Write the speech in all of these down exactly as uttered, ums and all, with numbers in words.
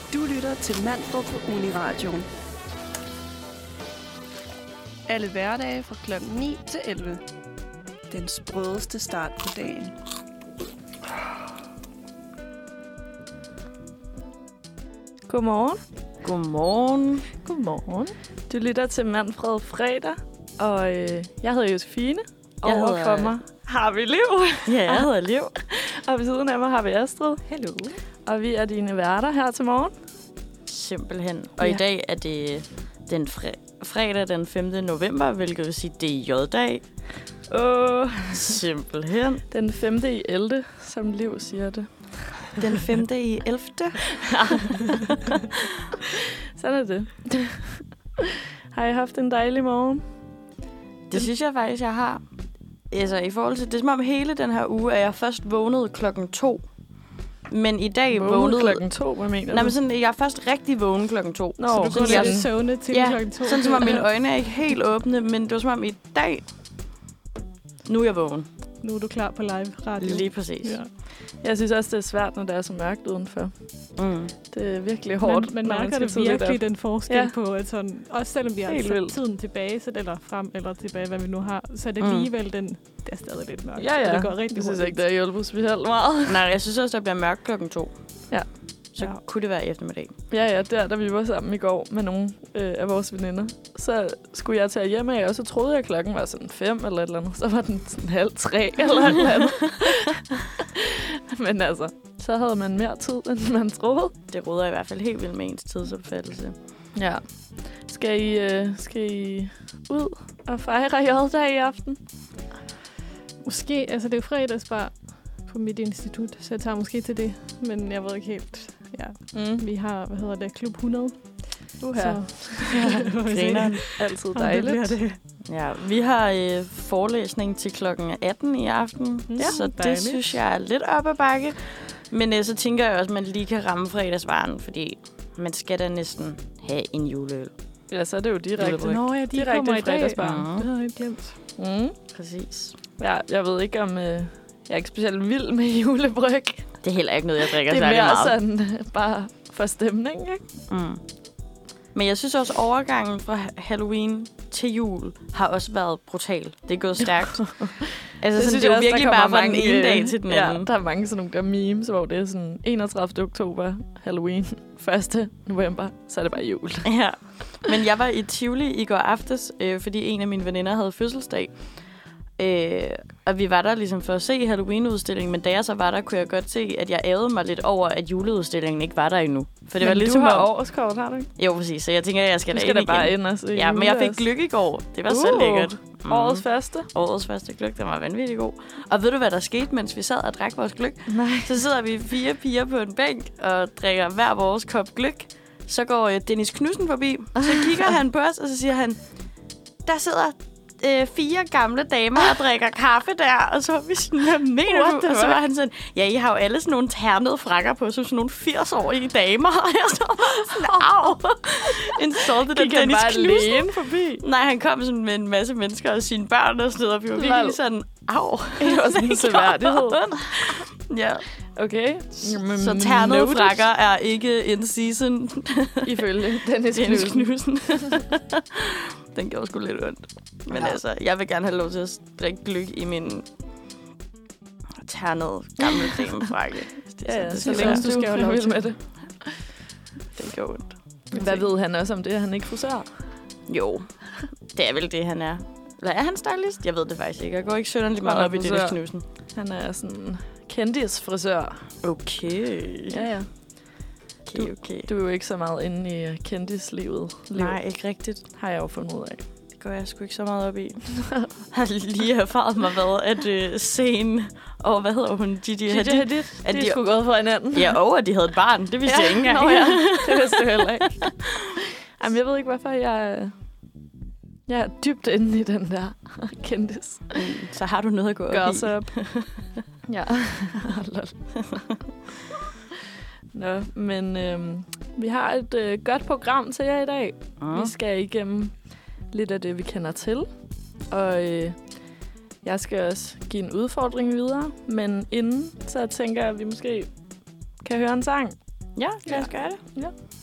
Du lytter til Manfred på Uniradioen. Alle hverdage fra klokken ni til elleve. Den sprødeste start på dagen. Godmorgen. Godmorgen. Godmorgen. Du lytter til Manfred Fredag, og øh, jeg hedder Josefine. Jeg Overfor hedder... mig har vi Liv. Ja, jeg hedder Liv. Og ved siden af mig har vi Astrid. Hello. Og vi er dine værter her til morgen. Simpelthen. Og Ja. i dag er det den fre- fredag den femte november, hvilket vil sige, det er J-dag. Åh, Simpelthen. den femte i ellevte, som Liv siger det. Den femte i ellevte. Sådan er det. Har I haft en dejlig morgen? Det synes jeg faktisk, jeg har. Altså, i forhold til, det er som om hele den her uge, er jeg først vågnet klokken to. Men i dag Vågnede vågnede... klokken to, hvad mener Nej, du? men sådan, jeg er først rigtig vågen klokken to. Nå, så så du du sådan, går jeg, lidt i søvne til ja, klokken to. sådan som om mine øjne er ikke helt åbne, men det var som om i dag... Nu er jeg vågen. Nu er du klar på live radio. Lige præcis. Ja. Jeg synes også, det er svært, når det er så mørkt udenfor. Mm. Det er virkelig hårdt. Man, man når mærker skal det tidligt virkelig, op. den forskel Ja. på, at sådan, også selvom vi har Helt sat vildt. tiden tilbage, så, eller frem eller tilbage, hvad vi nu har, så er det Mm. alligevel den, det er stadig lidt mørkt. Ja, ja. Og det går rigtig Jeg synes hurtigt. ikke, det har hjulpet specielt meget. Nej, jeg synes også, der bliver mørkt klokken to. Ja. Så Ja. kunne det være i eftermiddag. Ja, ja, der, da vi var sammen i går med nogle øh, af vores veninder, så skulle jeg tage hjem af, og så troede jeg, at klokken var sådan fem eller et eller andet. Så var den sådan halv tre eller et eller andet. Men altså, så havde man mere tid, end man troede. Det råder i hvert fald helt vildt med ens tidsopfattelse. Ja. Skal I, øh, skal I ud og fejre J-dag i aften? Måske, altså det er jo fredagsbar på mit institut, så jeg tager måske til det. Men jeg ved ikke helt, ja. Mm. Vi har, hvad hedder det, Klub hundrede. Uha. Så, ja, må vi se, Grineren. Altid om det bliver dejligt. det. Ja, vi har øh, forelæsning til klokken atten i aften, Mm, så det dejligt. synes jeg er lidt op ad bakke. Men øh, så tænker jeg også, at man lige kan ramme fredagsvaren, fordi man skal da næsten have en juleøl. Ja, så er det jo direkte. Julebryg. Nå ja, de Direkte kommer i dag. fredagsbar. Mhm. Det havde jeg ikke glemt. Mm. Præcis. Ja, jeg ved ikke om... Øh, jeg er ikke specielt vild med julebryg. Det er heller ikke noget, jeg drikker Det er særlig mere meget. sådan øh, bare for stemning, ikke? Mm. Men jeg synes også, overgangen fra Halloween til jul har også været brutal. Det er gået stærkt. altså, sådan, det er jo virkelig bare fra den ene dag til den anden. Ja, der er mange sådan nogle der memes, hvor det er sådan enogtredivte oktober, Halloween, første november, så er det bare jul. Ja, men jeg var i Tivoli i går aftes, øh, fordi en af mine veninder havde fødselsdag. Øh, og vi var der ligesom for at se Halloween-udstillingen, men da jeg så var der, kunne jeg godt se, at jeg ærgede mig lidt over, at juleudstillingen ikke var der endnu. For det Men var ligesom du har om- årskort, har du ikke? Jo, præcis, så jeg tænker, at jeg skal Du da skal ind da bare igen. ind og se Ja, men jeg fik juleøs. gløgg i går. Det var Uh, så lækkert. Mm. Årets første. Årets første gløgg, den var vanvittig god. Og ved du, hvad der skete, mens vi sad og drak vores gløgg? Nej. Så sidder vi fire piger på en bænk og drikker hver vores kop gløgg. Så går øh, Dennis Knudsen forbi. Så kigger han på os, og så siger han, der sidder øh, fire gamle damer og drikker kaffe der. Og så var vi sådan, hvad mener What du? the Og så fuck? var han sådan, ja, I har jo alle sådan nogle ternede frakker på, som sådan nogle firs-årige damer. Og jeg så var sådan, au! Insulted af Gik han Dennis bare Knudsen. alene forbi? Nej, han kom sådan med en masse mennesker og sine børn og sådan noget, og vi var virkelig Lol. sådan, au. Det var sådan en seværdighed. Ja, Okay. så ternede frakker er ikke in season. Ifølge Dennis Dennis Knudsen. Knudsen. Den gjorde sgu lidt ondt. Men Ja. altså, jeg vil gerne have lov til at drikke gløgg i min ternede gamle damefrakke. Ja, ja, det så synes længe jeg, du skal have lov til med det. det gjorde ondt. Hvad ved han også om det? Er han ikke frisør? Jo, det er vel det, han er. Eller er han stylist? Jeg ved det faktisk ikke. Jeg går ikke sønderligt meget Han er op i frisør. Dennis Knudsen. Han er sådan kendisfrisør. Okay. Ja, ja. Okay, okay. Du er jo ikke så meget inde i kendislivet. Liv, Nej, ikke rigtigt. har jeg jo fundet ud af. Det går jeg sgu ikke så meget op i. Jeg har lige erfaret mig, hvad at øh, scenen og hvad hedder hun? Gigi Gigi Hadid. Hadid, At de de- er sgu gået fra hinanden. Ja, og at de havde et barn. Det vidste ja. jeg ikke engang. Nå, ja. Det vidste jeg heller ikke. Jamen, jeg ved ikke, hvorfor jeg... Jeg er dybt inde i den der kendis. Mm, så har du noget at gå op i. Gossip. Ja. Lol. Nå, men øhm, vi har et øh, godt program til jer i dag. Mm. Vi skal igennem lidt af det, vi kender til. Og øh, jeg skal også give en udfordring videre. Men inden, så tænker jeg, at vi måske kan høre en sang. Ja, lad os gøre det. Ja.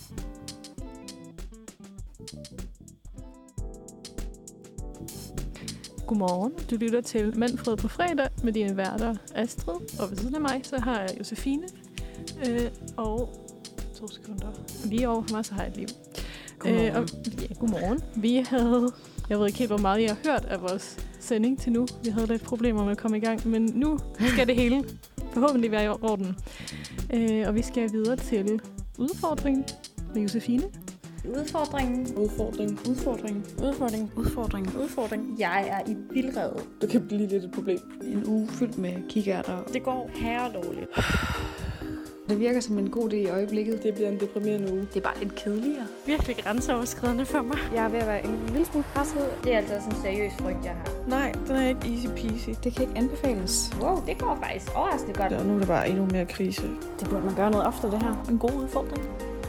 Godmorgen. Du lytter til Manfred på fredag med dine værter Astrid. Og ved siden af mig, så har jeg Josefine. Øh, og to sekunder. Lige over for mig, så har jeg et liv. Godmorgen. Øh, og, ja, godmorgen. Vi havde, jeg ved ikke helt, hvor meget I har hørt af vores sending til nu. Vi havde lidt problemer med at komme i gang, men nu skal det hele forhåbentlig være i orden. Øh, og vi skal videre til udfordringen med Josefine. Udfordringen. Udfordring. Udfordringen. Udfordring. Udfordring. Udfordring. Jeg er i vildrede. Det kan blive lidt et problem. En uge fyldt med kikærter. Det går herredårligt. Det virker som en god idé i øjeblikket. Det bliver en deprimerende uge. Det er bare lidt kedeligere. Virkelig grænseoverskridende for mig. Jeg er ved at være en lille smule presset. Det er altså sådan en seriøs frygt, jeg har. Nej, den er ikke easy peasy. Det kan ikke anbefales. Wow, det går faktisk overraskende godt. Og nu er der bare endnu mere krise. Det burde man gøre noget ofte, det her. En god udfordring.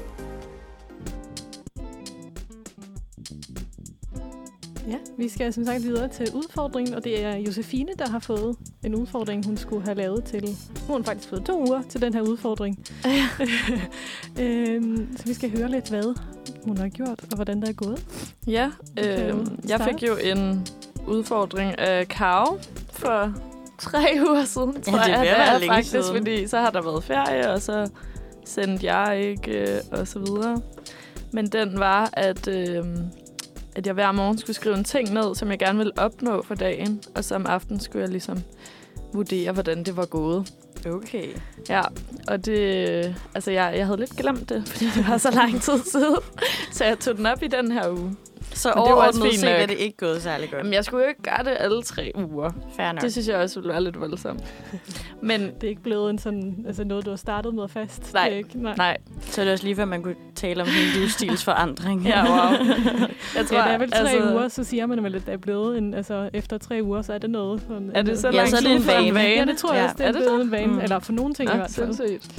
Ja, vi skal som sagt videre til udfordringen, og det er Josefine, der har fået en udfordring, hun skulle have lavet til. Hun har faktisk fået to uger til den her udfordring. øhm, så vi skal høre lidt, hvad hun har gjort, og hvordan der er gået. Ja, Okay, øh, jeg fik jo en udfordring af Karo for tre uger siden, tror det er jeg. ved at Det være er længe faktisk, siden. fordi så har der været ferie, og så sendte jeg ikke, øh, og så videre. Men den var, at... Øh, at jeg hver morgen skulle skrive en ting ned, som jeg gerne ville opnå for dagen. Og så om aftenen skulle jeg ligesom vurdere, hvordan det var gået. Okay. Ja, og det... Altså, jeg, jeg havde lidt glemt det, fordi det var så lang tid siden. Så jeg tog den op i den her uge. Så Men det var også overordnet fint set nok. er det ikke gået særlig godt. Jamen, jeg skulle jo ikke gøre det alle tre uger. Fair nok. Det synes jeg også ville være lidt voldsomt. Men Det er ikke blevet en sådan, altså noget, du har startet med fast. Nej. Det er ikke, nej. nej. Så er det også lige før, man kunne tale om en livsstilsforandring. Ja, wow. Jeg tror, ja, det er vel tre altså, uger, så siger man vel, at det er blevet en, altså efter tre uger, så er det noget. Sådan, Er det så Ja, lang så er det tid en for en vane. vane? Ja, det tror jeg Ja. også, det er, Er det blevet det? en vane. Mm. Eller for nogle ting i Ja, hvert fald. sindssygt.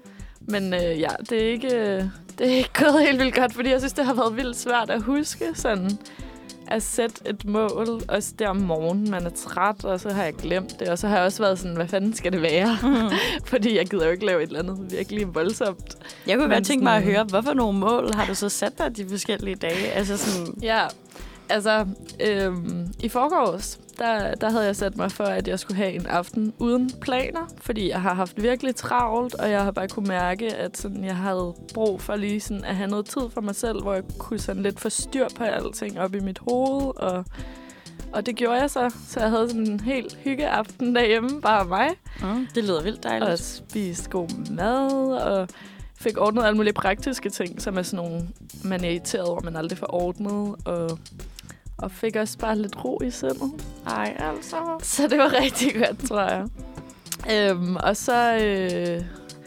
Men øh, ja, det er, ikke, det er ikke gået helt vildt godt, fordi jeg synes, det har været vildt svært at huske sådan at sætte et mål, også der om morgenen, man er træt, og så har jeg glemt det, og så har jeg også været sådan, hvad fanden skal det være? Mm. Fordi jeg gider jo ikke lave et eller andet virkelig voldsomt. Jeg kunne Men godt tænke mig at sådan- høre, hvorfor nogle mål har du så sat dig de forskellige dage? Altså sådan... Ja, altså øhm, i forgårs, der, der havde jeg sat mig for, at jeg skulle have en aften uden planer, fordi jeg har haft virkelig travlt, og jeg har bare kunne mærke, at sådan, jeg havde brug for lige sådan at have noget tid for mig selv, hvor jeg kunne sådan lidt få styr på alting op i mit hoved, og, og det gjorde jeg så. Så jeg havde sådan en helt hyggeaften derhjemme, bare mig, Mm, det lyder vildt og dejligt. spiste god mad, og fik ordnet alle mulige praktiske ting, som er sådan nogle, man er irriteret over, man aldrig får ordnet, og Og fik også bare lidt ro i sindet. Ej, altså. Så det var rigtig godt, tror jeg. Øhm, og så... Øh,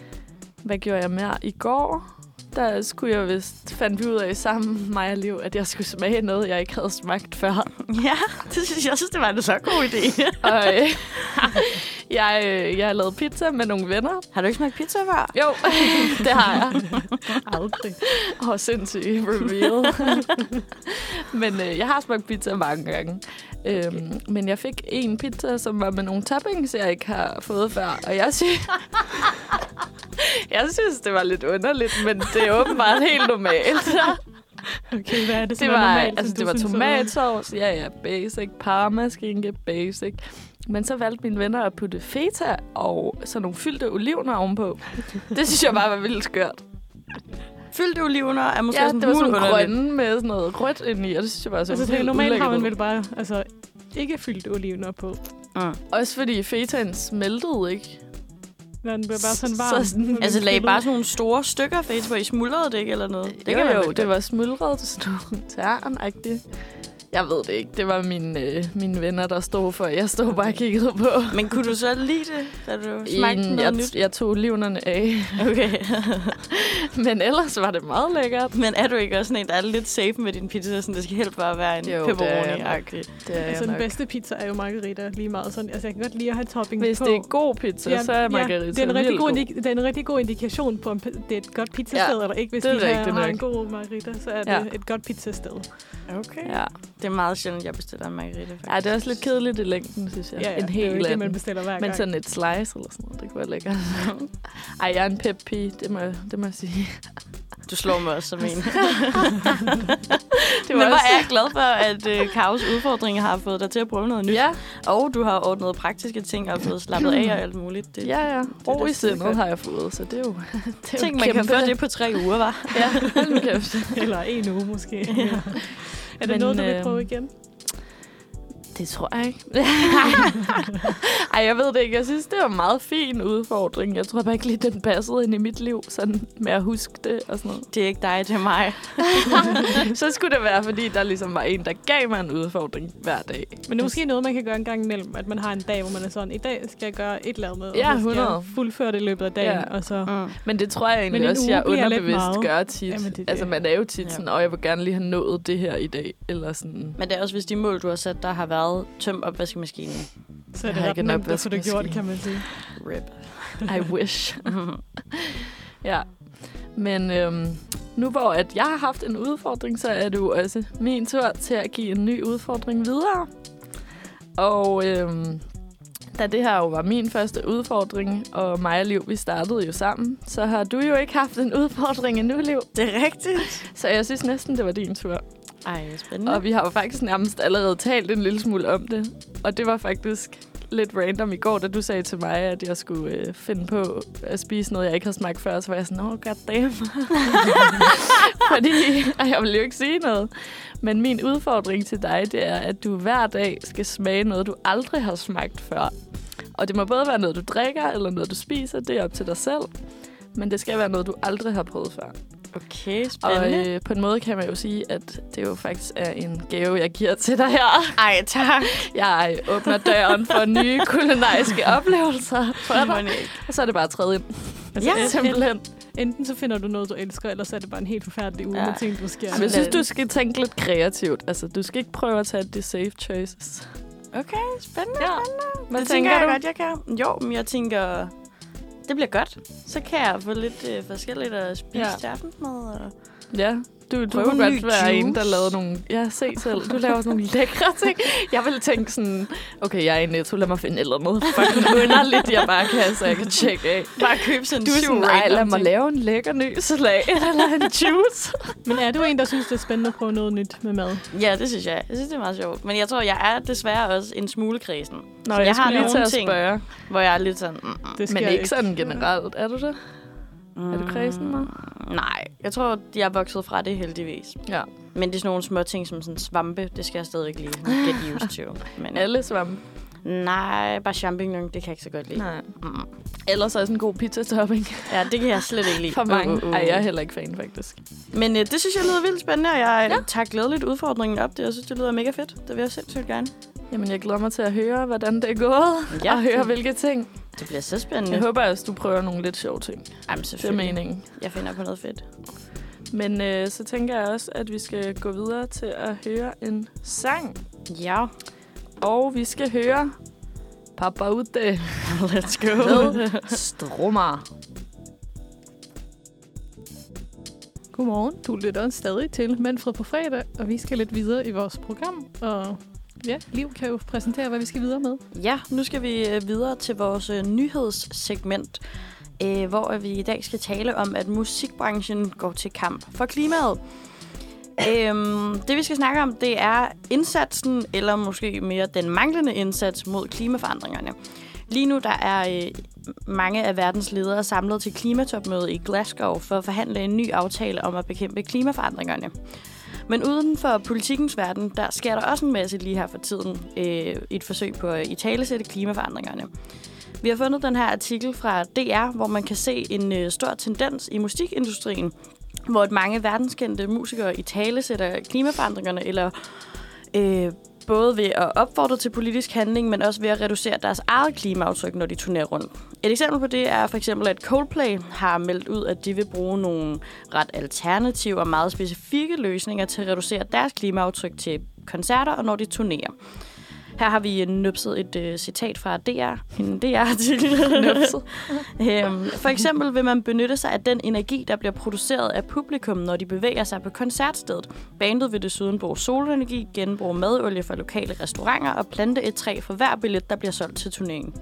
hvad gjorde jeg mere? I går, der skulle jeg vist... Fandt vi ud af sammen, mig og Liv, at jeg skulle smage noget, jeg ikke havde smagt før. Ja, det synes jeg, synes, det var en så god idé. Og øh, jeg, øh, jeg har lavet pizza med nogle venner. Har du ikke smagt pizza før? Jo, det har jeg. Aldrig. Åh, oh, sindssygt reveal. Men øh, jeg har smagt pizza mange gange. Okay. Øhm, men jeg fik en pizza, som var med nogle toppings, jeg ikke har fået før. Og jeg synes, jeg synes det var lidt underligt, men det er åbenbart helt normalt. Okay, hvad er det, Det som er var, normalt, altså, som det du var synes er- tomatsauce, ja ja, basic, parmaskinke, basic. Men så valgte mine venner at putte feta og sådan nogle fyldte olivener ovenpå. Det synes jeg bare var vildt skørt. Fyldte olivener er måske Ja, sådan det var sådan underligt. grønne med sådan noget rødt indeni, og det synes jeg bare så Altså, det, helt normalt har man ulækkert vel ud. bare altså, ikke fyldt olivener på. Mm. Også fordi fetaen smeltede ikke. Når den bliver bare sådan Så varm. sådan- når den Altså, lagde fylder. bare sådan nogle store stykker feta, hvor I smuldrede det ikke eller noget? Det kan jo, man jo, vel det godt. var smuldret, det stod tern-agtigt. Jeg ved det ikke. Det var mine, øh, mine venner, der stod for. Jeg stod bare og kiggede på. Men kunne du så lide det, da du smagte En, noget jeg, nyt? jeg tog olivnerne af. Okay. Men ellers var det meget lækkert. Men er du ikke også sådan en, der er lidt safe med din pizza? Sådan, det skal helt bare være en Jo, det er jeg pepperoni-agtig. Det er Altså, jeg den nok. bedste pizza er jo margarita lige meget sådan. Altså, jeg kan godt lide at have topping Hvis på. det er god pizza, så er margarita det er en rigtig vildt god, god. indi- det er en rigtig god indikation på, om p- det er et godt pizzasted Ja, eller ikke. Hvis det er de har, rigtigt har nok. en god margarita, så er det Ja. et godt pizzasted. Okay. Ja. Det er meget sjældent, jeg bestiller en margarita, faktisk. Ja, det er også lidt kedeligt i længden, synes jeg. Ja, ja, en det er jo hel ikke det, af man den. bestiller hver Men gang. sådan et slice eller sådan noget, det kunne være lækkert. Ej, jeg er en pep-pige, det må, jeg- det må jeg sige. Du slår mig også som en. Det Men var hvor også... er jeg glad for, at øh, Kaos udfordringer har fået dig til at prøve noget nyt. Ja, Og du har ordnet praktiske ting og fået slappet af og alt muligt. Det, ja, ja. Ro da i skide sindet godt. har jeg fået, så det er jo... det er Tænk, jo man kan kæmpe. få det på tre uger, var. Ja, hold nu kæft. Eller en uge måske. Ja. Er det Men, noget, du vil øh, prøve igen? Det tror jeg ikke. Ej, jeg ved det ikke. Jeg synes, det var en meget fin udfordring. Jeg tror bare ikke lige, den passede ind i mit liv, sådan med at huske det og sådan noget. Det er ikke dig, det er mig. Så skulle det være, fordi der ligesom var en, der gav mig en udfordring hver dag. Men det er måske noget, man kan gøre en gang imellem, at man har en dag, hvor man er sådan, i dag skal jeg gøre et eller andet, Ja, og så skal hundrede. jeg fuldføre det i løbet af dagen, Ja. og så... Mm. Men det tror jeg Men egentlig en også, uge jeg bliver lidt underbevidst meget. gør tit. Jamen, det er det. Altså, man er jo tit Ja. sådan, og jeg vil gerne lige have nået det her i dag. Eller sådan. Men det er også, hvis de mål, du har sat, der har været tøm opvaskemaskinen. Så er Jeg det har ret ikke en nemt at få det gjort, opvaskemaskine. kan man sige. Rip. I wish. Ja. Men øhm, nu hvor at jeg har haft en udfordring, så er det jo også min tur til at give en ny udfordring videre. Og øhm, da det her jo var min første udfordring, og mig og Liv, vi startede jo sammen, så har du jo ikke haft en udfordring endnu, Liv. Det er rigtigt. Så jeg synes næsten, det var din tur. Ej, spændende. Og vi har jo faktisk nærmest allerede talt en lille smule om det. Og det var faktisk lidt random i går, da du sagde til mig, at jeg skulle øh, finde på at spise noget, jeg ikke havde smagt før. Så var jeg sådan, oh goddamn. Fordi og jeg ville jo ikke sige noget. Men min udfordring til dig, det er, at du hver dag skal smage noget, du aldrig har smagt før. Og det må både være noget, du drikker, eller noget, du spiser. Det er op til dig selv. Men det skal være noget, du aldrig har prøvet før. Okay, Og spændende. øh, på en måde kan man jo sige, at det jo faktisk er en gave, jeg giver til dig her. Ej, tak. Jeg åbner døren for nye kulinariske oplevelser for dig, og så er det bare at træde ind. Altså, Ja, en- Simpelthen. Enten så finder du noget, du elsker, eller så er det bare en helt forfærdelig uge Ja. med ting, du skal... Men jeg synes, du skal tænke lidt kreativt. Altså, du skal ikke prøve at tage de safe choices. Okay, spændende. Ja. Hvad det tænker tænker jeg du? godt, jeg kan. Jo, men jeg tænker, det bliver godt. Så kan jeg få lidt øh, forskelligt at spise Ja. ja. til aftensmad. Og... Ja, du, du Prøv kunne en godt ny være en, juice. der lavede nogle... Ja, se selv. Du laver sådan nogle lækre ting. Jeg ville tænke sådan, okay, jeg er i Netto, lad mig finde et eller andet fucking underligt, jeg bare kan, så jeg kan tjekke af. Bare købe sådan Du er syv sådan, nej, random lad mig ting." lave en lækker ny salat eller en juice. Men er du en, der synes, det er spændende at prøve noget nyt med mad? Ja, det synes jeg. Jeg synes, det er meget sjovt. Men jeg tror, jeg er desværre også en smule kredsen. Nå, Så jeg, jeg har skulle lige nogle til at ting, spørge. hvor jeg er lidt sådan... Mm, mm. Det skal Men jeg ikke sådan generelt, er du det? Mm, Er du kredsen med? Nej, jeg tror, jeg er vokset fra det heldigvis. Ja. Men det er sådan nogle små ting som sådan svampe, det skal jeg stadigvæk lige get used to. Men, Alle svampe. nej, bare champignon, det kan jeg ikke så godt lide. Nej. Mm. Ellers også en god pizza-topping. Ja, det kan jeg slet ikke lide. For mange. Uh, uh, uh. Ej, jeg er heller ikke fan, faktisk. Men øh, det synes jeg lyder vildt spændende, og jeg ja. tager glædeligt udfordringen op. Det, jeg synes, det lyder mega fedt. Det vil jeg sindssygt gerne. Jamen, jeg glæder mig til at høre, hvordan det er gået. Ja, og høre, det- hvilke ting. Det bliver så spændende. Jeg håber også, du prøver nogle lidt sjove ting. Jamen, Det er selvfølgelig. meningen. Jeg finder på noget fedt. Men øh, så tænker jeg også, at vi skal gå videre til at høre en sang. Ja, Og vi skal høre Papa Ude let's go. med Strummer. Godmorgen. Du lytter stadig til Manfred på fredag, og vi skal lidt videre i vores program. Og ja, Liv kan jo præsentere, hvad vi skal videre med. Ja, nu skal vi øh, videre til vores øh, nyhedssegment, øh, hvor vi i dag skal tale om, at musikbranchen går til kamp for klimaet. Øhm, det vi skal snakke om, det er indsatsen, eller måske mere den manglende indsats mod klimaforandringerne. Lige nu der er øh, mange af verdens ledere samlet til klimatopmøde i Glasgow for at forhandle en ny aftale om at bekæmpe klimaforandringerne. Men uden for politikkens verden, der sker der også en masse lige her for tiden øh, i et forsøg på at italesætte klimaforandringerne. Vi har fundet den her artikel fra D R, hvor man kan se en øh, stor tendens i musikindustrien, hvor mange verdenskendte musikere italesætter klimaforandringerne, eller øh, både ved at opfordre til politisk handling, men også ved at reducere deres eget klimaaftryk, når de turnerer rundt. Et eksempel på det er for eksempel, at Coldplay har meldt ud, at de vil bruge nogle ret alternative og meget specifikke løsninger til at reducere deres klimaaftryk til koncerter og når de turnerer. Her har vi nøbset et øh, citat fra D R. En D R-artikel. Nøbset. øhm, for eksempel vil man benytte sig af den energi, der bliver produceret af publikum, når de bevæger sig på koncertstedet. Bandet vil desuden bruge solenergi, genbruge madolie fra lokale restauranter og plante et træ for hver billet, der bliver solgt til turneringen.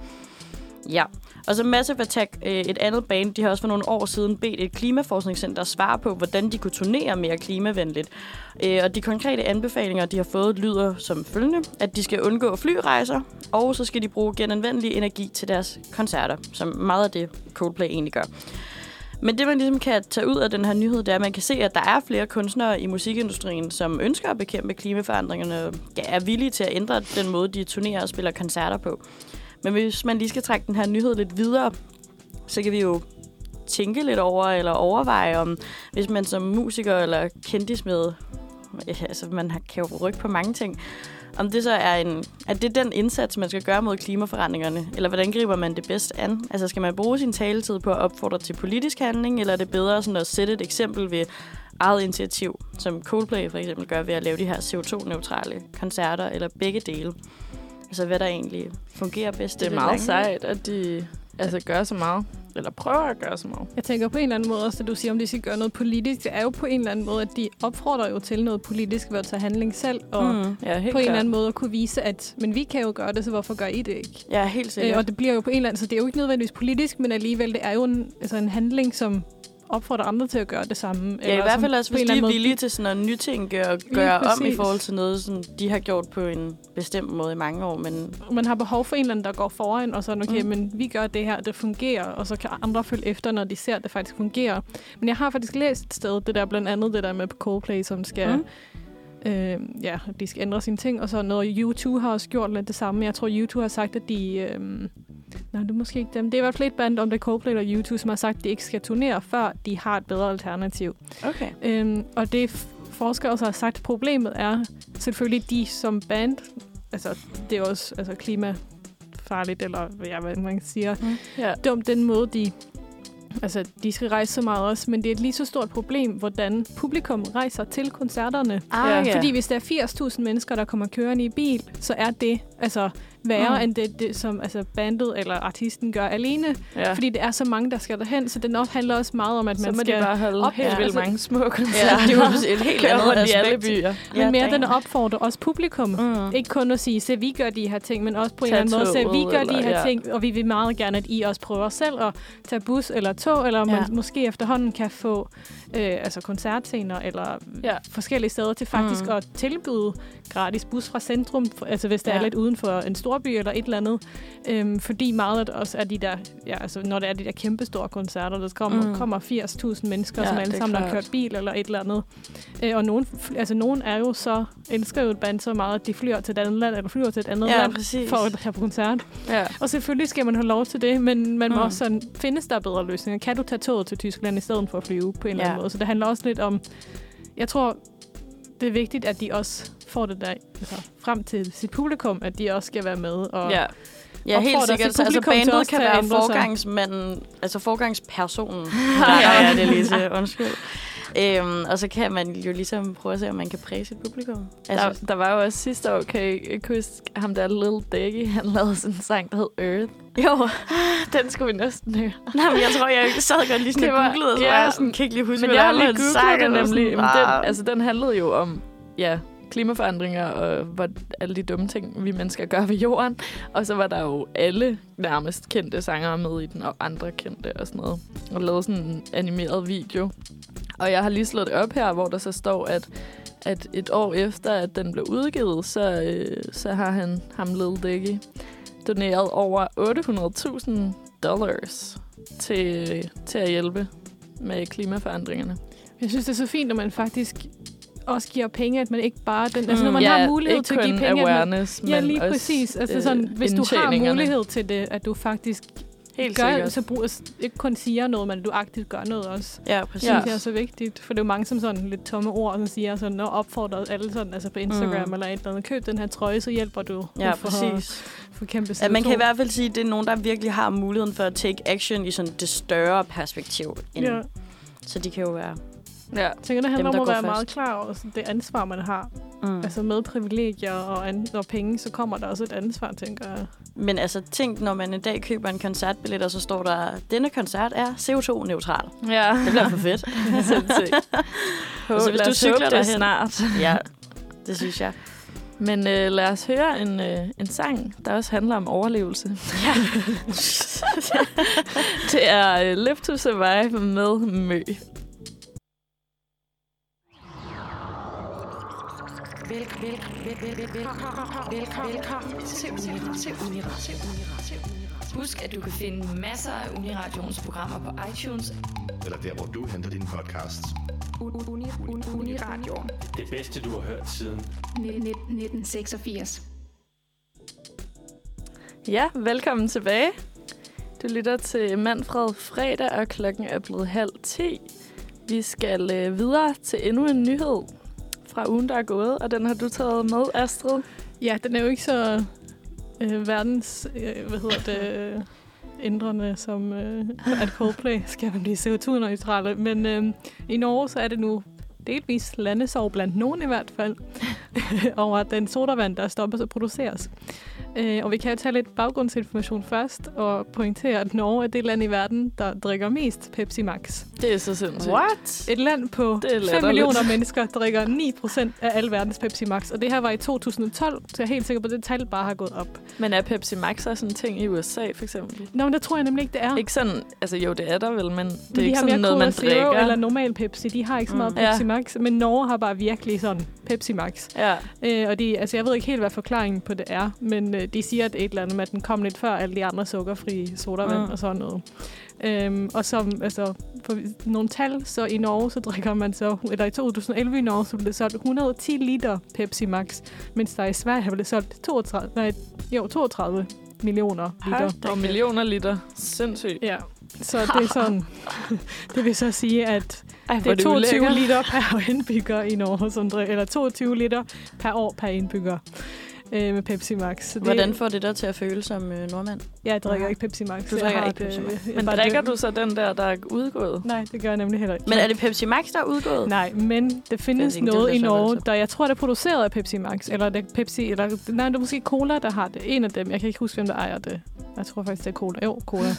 Ja, og så Massive Attack, et andet band, de har også for nogle år siden bedt et klimaforskningscenter svare på, hvordan de kunne turnere mere klimavenligt. Og de konkrete anbefalinger, de har fået, lyder som følgende, at de skal undgå flyrejser, og så skal de bruge genanvendelig energi til deres koncerter, som meget af det Coldplay egentlig gør. Men det, man ligesom kan tage ud af den her nyhed, det er, at man kan se, at der er flere kunstnere i musikindustrien, som ønsker at bekæmpe klimaforandringerne og er villige til at ændre den måde, de turnerer og spiller koncerter på. Men hvis man lige skal trække den her nyhed lidt videre, så kan vi jo tænke lidt over eller overveje, om hvis man som musiker eller kendis med, altså man kan jo rykke på mange ting, om det så er en, at det er den indsats, man skal gøre mod klimaforandringerne, eller hvordan griber man det bedst an? Altså skal man bruge sin taletid på at opfordre til politisk handling, eller er det bedre sådan at sætte et eksempel ved eget initiativ, som Coldplay for eksempel gør ved at lave de her C O to neutrale koncerter, eller begge dele? Altså, hvad der egentlig fungerer bedst. Det er meget sejt, at de altså, gør så meget. Eller prøver at gøre så meget. Jeg tænker på en eller anden måde også, at du siger, om de skal gøre noget politisk. Det er jo på en eller anden måde, at de opfordrer jo til noget politisk ved at tage handling selv. Og mm, ja, helt på en klar. eller anden måde at kunne vise, at men vi kan jo gøre det, så hvorfor gør I det ikke? Ja, helt sikkert. Øh, og det bliver jo på en eller anden, så det er jo ikke nødvendigvis politisk, men alligevel, det er jo en, altså en handling, som opfordrer andre til at gøre det samme. Ja, i hvert fald også, hvis de er villige måde. til sådan at nytænke og gøre om i forhold til noget, som de har gjort på en bestemt måde i mange år. Men man har behov for en eller anden, der går foran, og så okay, mm. men vi gør det her, det fungerer, og så kan andre følge efter, når de ser, at det faktisk fungerer. Men jeg har faktisk læst et sted, det der blandt andet det der med Coldplay, som skal... Mm. Øh, ja, de skal ændre sine ting, og så noget U to har også gjort lidt det samme. Jeg tror, U to har sagt, at de... Øh, nej, det er måske ikke dem. Det er i hvert fald et band om det Coldplay og U to, som har sagt, at de ikke skal turnere, før de har et bedre alternativ. Okay. Øh, og det forskere også har sagt, problemet er selvfølgelig de som band, altså det er også altså, klimafarligt, eller ja, hvad man siger, mm. ja. dumt den måde, de... Altså, de skal rejse så meget også, men det er et lige så stort problem, hvordan publikum rejser til koncerterne. Ah, ja. Fordi hvis der er firs tusind mennesker, der kommer kørende i bil, så er det altså værre mm. end det, det, som altså, bandet eller artisten gør alene. Ja. Fordi det er så mange, der skal derhen, så det handler også meget om, at så man må skal de bare holde op, helt ja, vildt altså, mange små koncerter. Ja, det er jo et helt andet aspekt. I alle byer. Men ja, mere den opfordrer også publikum. Mm. Ikke kun at sige, se, vi gør de her ting, men også på en eller anden måde, se, vi gør de her ja. ting, og vi vil meget gerne, at I også prøver selv at tage bus eller tog, eller ja. man måske efterhånden kan få øh, altså koncertscener eller ja. forskellige steder til faktisk mm. at tilbyde gratis bus fra centrum, altså hvis der ja. er lidt uden for en storby eller et eller andet. Øhm, fordi meget af det også er de der, ja, altså når det er de der kæmpe store koncerter, der kommer, mm. kommer firs tusind mennesker, ja, som alle sammen har kørt bil eller et eller andet. Øh, og nogen, altså nogen er jo så, elsker jo et band så meget, at de flyver til et andet land, eller flyver til et andet ja, land præcis. for at have koncert. Ja. Og selvfølgelig skal man have lov til det, men man mm. må også sådan, findes der bedre løsninger? Kan du tage toget til Tyskland i stedet for at flyve på en ja. eller anden måde? Så det handler også lidt om, jeg tror, det er vigtigt, at de også får det der altså, frem til sit publikum, at de også skal være med. Og ja, ja helt sikkert. Altså bandet kan være forgangsmanden, altså forgangspersonen. Nej, ja, det er lige til. Undskyld. Øhm, og så kan man jo ligesom prøve at se, om man kan præge sit publikum. Altså, der, der var jo også sidste år, kan jeg ikke huske, ham der Lil Dicky, han lavede sådan en sang, der hed Earth. Jo. Den skulle vi næsten høre. Nej, men jeg tror, jeg sad godt lige sådan og googlede, så ja, jeg sådan, kan ikke lige huske, men jeg har lige googlet det nemlig. Sådan, den, altså, den handlede jo om, ja, klimaforandringer og hvor alle de dumme ting, vi mennesker gør ved jorden. Og så var der jo alle nærmest kendte sangere med i den, og andre kendte og sådan noget. Og lavede sådan en animeret video. Og jeg har lige slået det op her, hvor der så står, at, at et år efter, at den blev udgivet, så, øh, så har han, ham Lil Dicky, doneret over otte hundrede tusind dollars til, til at hjælpe med klimaforandringerne. Jeg synes, det er så fint, at man faktisk også giver penge, at man ikke bare... Den, mm. Altså, når man ja, har mulighed til at give penge... Awareness, man, ja, lige præcis. Altså, øh, sådan, hvis du har mulighed til det, at du faktisk Helt gør, sikkert. Så brug, ikke kun siger noget, men du aktivt gør noget også. Ja, præcis. Det synes jeg er så vigtigt, for det er jo mange som sådan lidt tomme ord, som siger sådan, når opfordrer alle sådan, altså på Instagram mm. eller et eller andet, køb den her trøje, så hjælper du. Ja, for, præcis. For kæmpe ja, man kan i hvert fald sige, at det er nogen, der virkelig har muligheden for at take action i sådan det større perspektiv. End, ja. Så de kan jo være... Ja. Jeg tænker, det handler om at være først. meget klar over det ansvar, man har Mm. Altså med privilegier og, an- og penge, så kommer der også et ansvar, tænker jeg. Men altså, tænk, når man en dag køber en koncertbillet, og så står der, denne koncert er C O to neutral. Ja. Det bliver for fedt. Sindssygt. Og så hvis Lad du os cykler håbe det derhen. snart. Ja, det synes jeg. Men øh, lad os høre en, øh, en sang, der også handler om overlevelse. Ja. Det er øh, Live to Survive med Mø. Velkommen til Uniradio. Husk, at du kan finde masser af Uniradions programmer på iTunes. Eller der, hvor du henter dine podcasts. Uniradio. Det bedste, du har hørt siden nitten seksogfirs. Ja, velkommen tilbage. Du lytter til Manfred Fredag, og klokken er blevet halv ti. Vi skal øh, videre til endnu en nyhed fra ugen, der er gået, og den har du taget med, Astrid. Ja, den er jo ikke så øh, verdens, øh, hvad hedder det, øh, ændrende som øh, at Coldplay skal blive C O to neutrale. Men øh, i Norge så er det nu delvis landesorg blandt nogen i hvert fald, over den sodavand, der stoppes og produceres. Øh, og vi kan jo tage lidt baggrundsinformation først og pointere, at Norge er det land i verden, der drikker mest Pepsi Max. Det er så sindssygt. What? Et land på fem millioner mennesker drikker ni procent af alle verdens Pepsi Max. Og det her var i to tusind og tolv, så jeg er helt sikker på, at det tal bare har gået op. Men er Pepsi Max også en ting i U S A, for eksempel? Nå, men det tror jeg nemlig ikke, det er. Ikke sådan, altså jo, det er der vel, men det er de ikke har sådan noget, man Cola Zero drikker. Eller normal Pepsi. De har ikke så meget Mm. Pepsi Ja. Max, men Norge har bare virkelig sådan Pepsi Max. Ja. Øh, og de, altså, jeg ved ikke helt, hvad forklaringen på det er, men øh, de siger, at et eller andet med, at den kom lidt før alle de andre sukkerfri sodavand Mm. og sådan noget. Øhm, og som, altså, for nogle tal, så i Norge, så drikker man så, eller i to tusind og elleve i Norge, så blev det solgt et hundrede og ti liter Pepsi Max, mens der i Sverige har blevet solgt toogtredive, nej, jo, toogtredive millioner liter. Og millioner liter. Sindssygt. Ja, så det er sådan, det vil så sige, at Ej, det er toogtyve ulækkert. liter per indbygger i Norge, som drikker, eller toogtyve liter per år per indbygger øh, med Pepsi Max. Så det, Hvordan får det dig til at føle som øh, nordmand? Jeg drikker ikke Pepsi Max. Du Jeg drikker har ikke Pepsi Max. jeg Men bare drikker dø- du så den der, der er udgået? Nej, det gør jeg nemlig heller ikke. Men er det Pepsi Max, der er udgået? Nej, men det findes ikke, det noget bliver i så Norge, voldsomt. der jeg tror, det er produceret af Pepsi Max. Eller det er Pepsi, eller nej, det er måske Cola, der har det. En af dem. Jeg kan ikke huske, hvem der ejer det. Jeg tror faktisk, det er Cola. Jo, Cola.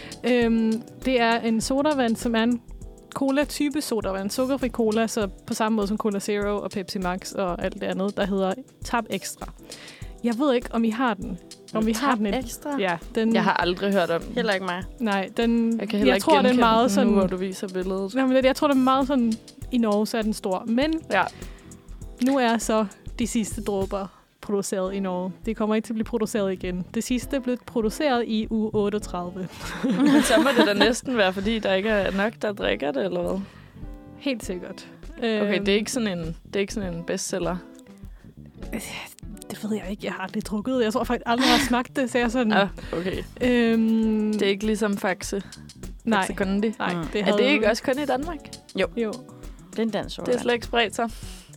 øhm, det er en sodavand, som er en cola-type sodavand. Sukkerfri cola, så på samme måde som Cola Zero og Pepsi Max og alt det andet, der hedder Tab Extra. Jeg ved ikke, om I har den. Om vi har den et, ekstra? ja, den, Jeg har aldrig hørt om den. Heller ikke mig. nej, den, Jeg kan heller jeg ikke tror, det er genkende meget den sådan, nu, hvor du viser billedet. nej, men det- jeg tror, det er meget sådan, i Norge, så er den stor. Men Ja. nu er så de sidste dråber produceret i Norge. Det kommer ikke til at blive produceret igen. Det sidste blev produceret i uge otteogtredive. Men så må det da næsten være, fordi der ikke er nok, der drikker det, eller hvad? Helt sikkert. Okay, Øhm, det er ikke sådan en, det er ikke sådan en bestseller. det ved jeg ikke. Jeg har aldrig drukket. Jeg tror faktisk aldrig, jeg har smagt det, så jeg er sådan... Ah, okay. Øhm, Det er ikke ligesom Faxe. nej, Faxe Kondi. nej. Mm. Det Er havde, det ikke også kun i Danmark? Jo. Det er en dansk Det er slet ikke spredt sig.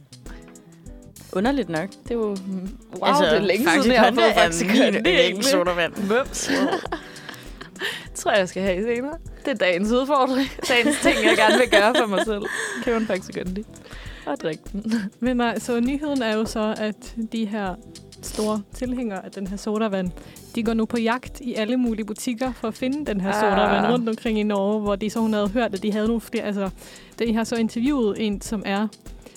Underligt nok. Det er jo... Wow, altså, det er længe Faxe siden, jeg har Kondi fået er Faxe min Kondi. yndlingssodavand. Vups. Tror jeg, jeg skal have senere. Det er dagens udfordring. Dagens ting, jeg gerne vil gøre for mig selv. Køb en Faxe Kondi. Og drik den. Men nej, så nyheden er jo så, at de her store tilhængere af den her sodavand, de går nu på jagt i alle mulige butikker for at finde den her Ah. sodavand rundt omkring i Norge, hvor de så hun havde hørt, at de havde nogle flere. Altså, de har så interviewet en, som er...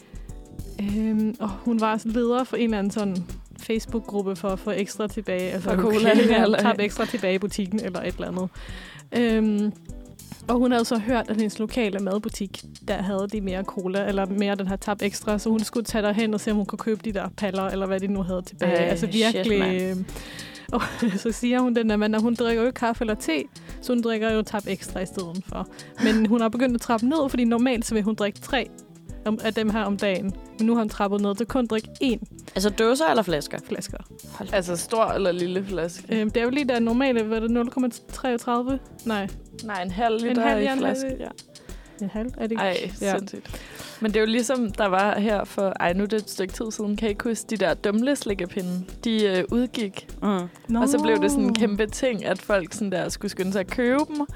Øhm, og hun var leder for en eller anden sådan Facebook-gruppe for at få ekstra tilbage. Altså For cola, okay, ja, eller- tabe ekstra tilbage i butikken eller et eller andet. Øhm, og hun havde så hørt, at hendes lokale madbutik, der havde de mere cola, eller mere den her tab ekstra, så hun skulle tage derhen og se, om hun kunne købe de der paller, eller hvad de nu havde tilbage. Ej, altså shit, virkelig... mand. øh, og så siger hun den der mand, at hun drikker jo ikke kaffe eller te, så hun drikker jo tab ekstra i stedet for. Men hun har begyndt at trappe ned, fordi normalt så vil hun drikke tre om, af dem her om dagen. Men nu har hun trappet ned til kun at drikke én Altså dåser eller flasker? flasker. Altså stor eller lille flaske? Øhm, det er jo lige der normale, hvad er det, nul komma treogtredive? Nej, Nej, en halv liter halv, i ja, en halv- flaske. Ja. en halv er det ikke? Ej, Ja. sindssygt. Men det er jo ligesom, der var her for, ej nu er det et stykke tid siden, kan I ikke huske, de der dumle-slikkepinde, de øh, udgik. Mm. Nå. Og så blev det sådan en kæmpe ting, at folk sådan der skulle skynde sig at købe dem.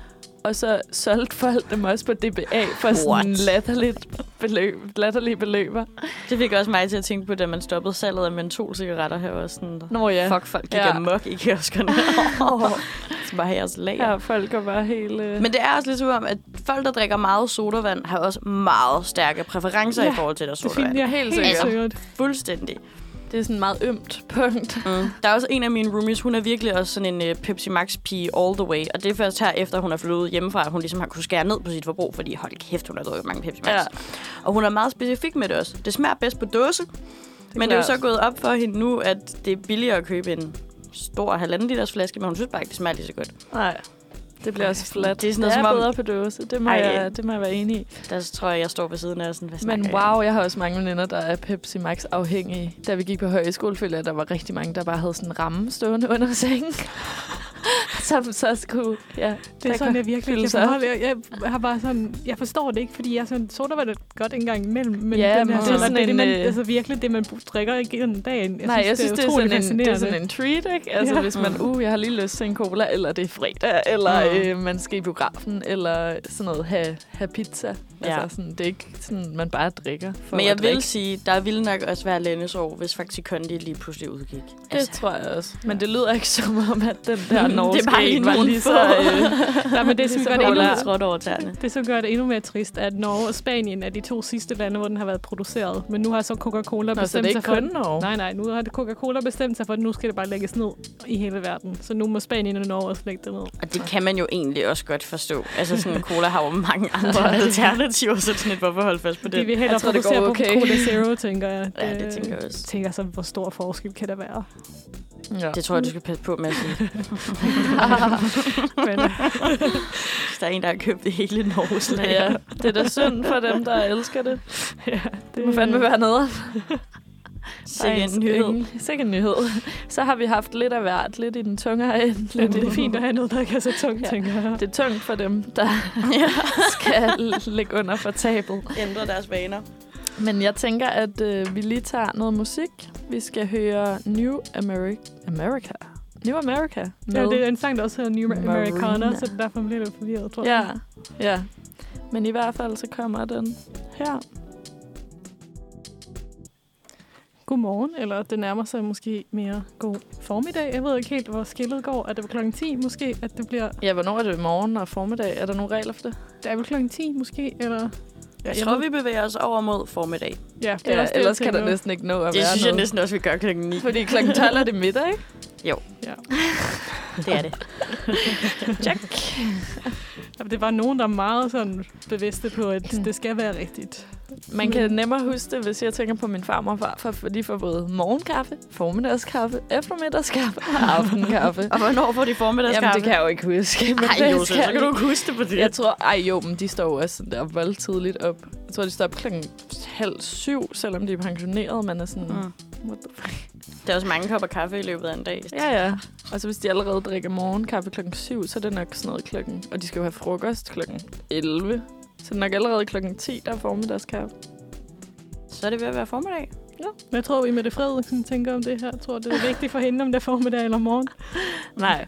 og så solgte folk dem også på D B A for sådan latterligt beløb, latterlige beløber. Det fik også mig til at tænke på, da man stoppede salget af mentolcigaretter her. Var sådan, Nå ja. Fuck, folk gik ja. amok i kioskerne. Så bare have jeres lager. Ja, folk er bare helt... Øh... Men det er også lidt som om, at folk, der drikker meget sodavand, har også meget stærke præferencer ja, i forhold til deres sodavand. Ja, helt sikkert. sikkert. Fuldstændig. Det er sådan et meget ømt punkt. Mm. Der er også en af mine roomies, hun er virkelig også sådan en uh, Pepsi Max-pige all the way. Og det er først her, efter hun er flyttet hjemmefra, at hun ligesom har kunnet skære ned på sit forbrug, fordi hold kæft, hun har drukket mange Pepsi Max. Ja. Og hun er meget specifik med det også. Det smager bedst på dåse, det men det er jo så gået op for hende nu, at det er billigere at købe en stor halvanden liters flaske, men hun synes bare ikke, det smager lige så godt. Nej. Det bliver også flat. Det er, sådan det noget, er som bedre om... på dåse. Det må, jeg, det må jeg være enig i. Der tror jeg, jeg står ved siden af sådan, hvad Men wow, jeg har også mange veninder, der er Pepsi Max afhængige. Da vi gik på højskole, følte jeg, der var rigtig mange, der bare havde sådan en ramme stående under sengen. Som så skulle, ja. Det er sådan, jeg virkelig kan forholde. Jeg, jeg har bare sådan, jeg forstår det ikke, fordi jeg sådan, sodavand er godt en gang imellem. Men ja, den her, det er sådan det, en... man, altså virkelig det, man drikker igennem dagen. Jeg nej, synes, jeg synes, det er, det er, sådan en, det er sådan en treat, ikke? Altså, ja. Hvis man, uh, jeg har lige lyst til en cola, eller det er fredag, eller mm. øh, man skal i biografen, eller sådan noget, have, have pizza. Ja. Altså, sådan, det er ikke sådan, man bare drikker for Men jeg at drikke. vil sige, der ville nok også være længesår, hvis faktisk Kondi lige pludselig udgik. Det altså. tror jeg også. Men det lyder ikke som om, at den der norske det er en var lige så... Øh, ja, men det, som gør det, endnu, over tæerne. det så gør det endnu mere trist, at Norge og Spanien er de to sidste lande, hvor den har været produceret. Men nu har så Coca-Cola bestemt sig for... Norge. Nej, nej, nu har Coca-Cola bestemt sig for, at nu skal det bare lægges ned i hele verden. Så nu må Spanien og Norge også lægge det ned. Og det kan man jo egentlig også godt forstå. Altså sådan, cola har jo mange andre alternativer, så sådan et hvorfor holde fast på det. De vil hellere producere okay. på Cola Zero, tænker jeg. Det, ja, det tænker jeg også. Tænker så, hvor stor forskel kan der være? Ja. Det tror jeg, du skal passe på med at sige. Men, hvis der er en, der har købt det hele Norges lager. Ja, det er da synd for dem, der elsker det. Ja, det må fandme være noget. Sikke en nyhed. Sikke en nyhed. Så har vi haft lidt af hvert, lidt i den tungere ende. Ja, det er fint at have noget, der ikke er så tungt, ja. tænker jeg. Det er tungt for dem, der skal ligge under for tabet. Ændre deres vaner. Men jeg tænker, at øh, vi lige tager noget musik. Vi skal høre New America. America? New America? Ja, det er en sang, der også hedder New Americana, så derfor bliver jeg lidt forvirret, tror jeg. Ja, ja. Men i hvert fald, så kommer den her. Godmorgen, eller det nærmer sig måske mere god formiddag. Jeg ved ikke helt, hvor skillet går. Er det klokken ti måske, at det bliver... Ja, hvornår er det morgen og formiddag? Er der nogle regler for det? Det er vel klokken ti måske, eller... Jeg tror, vi bevæger os over mod formiddag. Ja, det er ja, ellers kan der næsten ikke nå at det være Det synes noget. jeg næsten også, vi gør klokken ni. Fordi klokken tolv er det middag, ikke? Jo. Ja. Det er det. Check. Ja, det var nogen, der er meget sådan bevidste på, at mm. det skal være rigtigt. Man kan nemmere huske det, hvis jeg tænker på min farmor og farfar, for de får både morgenkaffe, formiddagskaffe, eftermiddagskaffe og aftenkaffe. Og hvornår får de formiddagskaffe? Jamen, det kan jeg jo ikke huske. Men ej, jo, så, så kan du ikke huske det på det. Jeg tror, ej jo, men de står jo også sådan der vold tidligt op. Jeg tror, de står op klokken halv syv, selvom de er pensioneret. Man er sådan, mm. what the fuck? Der er også mange kopper kaffe i løbet af en dag. Ja, ja. Og så hvis de allerede drikker morgenkaffe klokken syv, så er det nok sådan noget klokken... Og de skal jo have frokost klokken elleve. Så det er nok allerede klokken ti, der er formiddagskaffe. Så er det ved at være formiddag. Ja. Men jeg tror, vi med det Frederiksen tænker om det her. Jeg tror, det er vigtigt for hende, om det er formiddag eller morgen. Nej.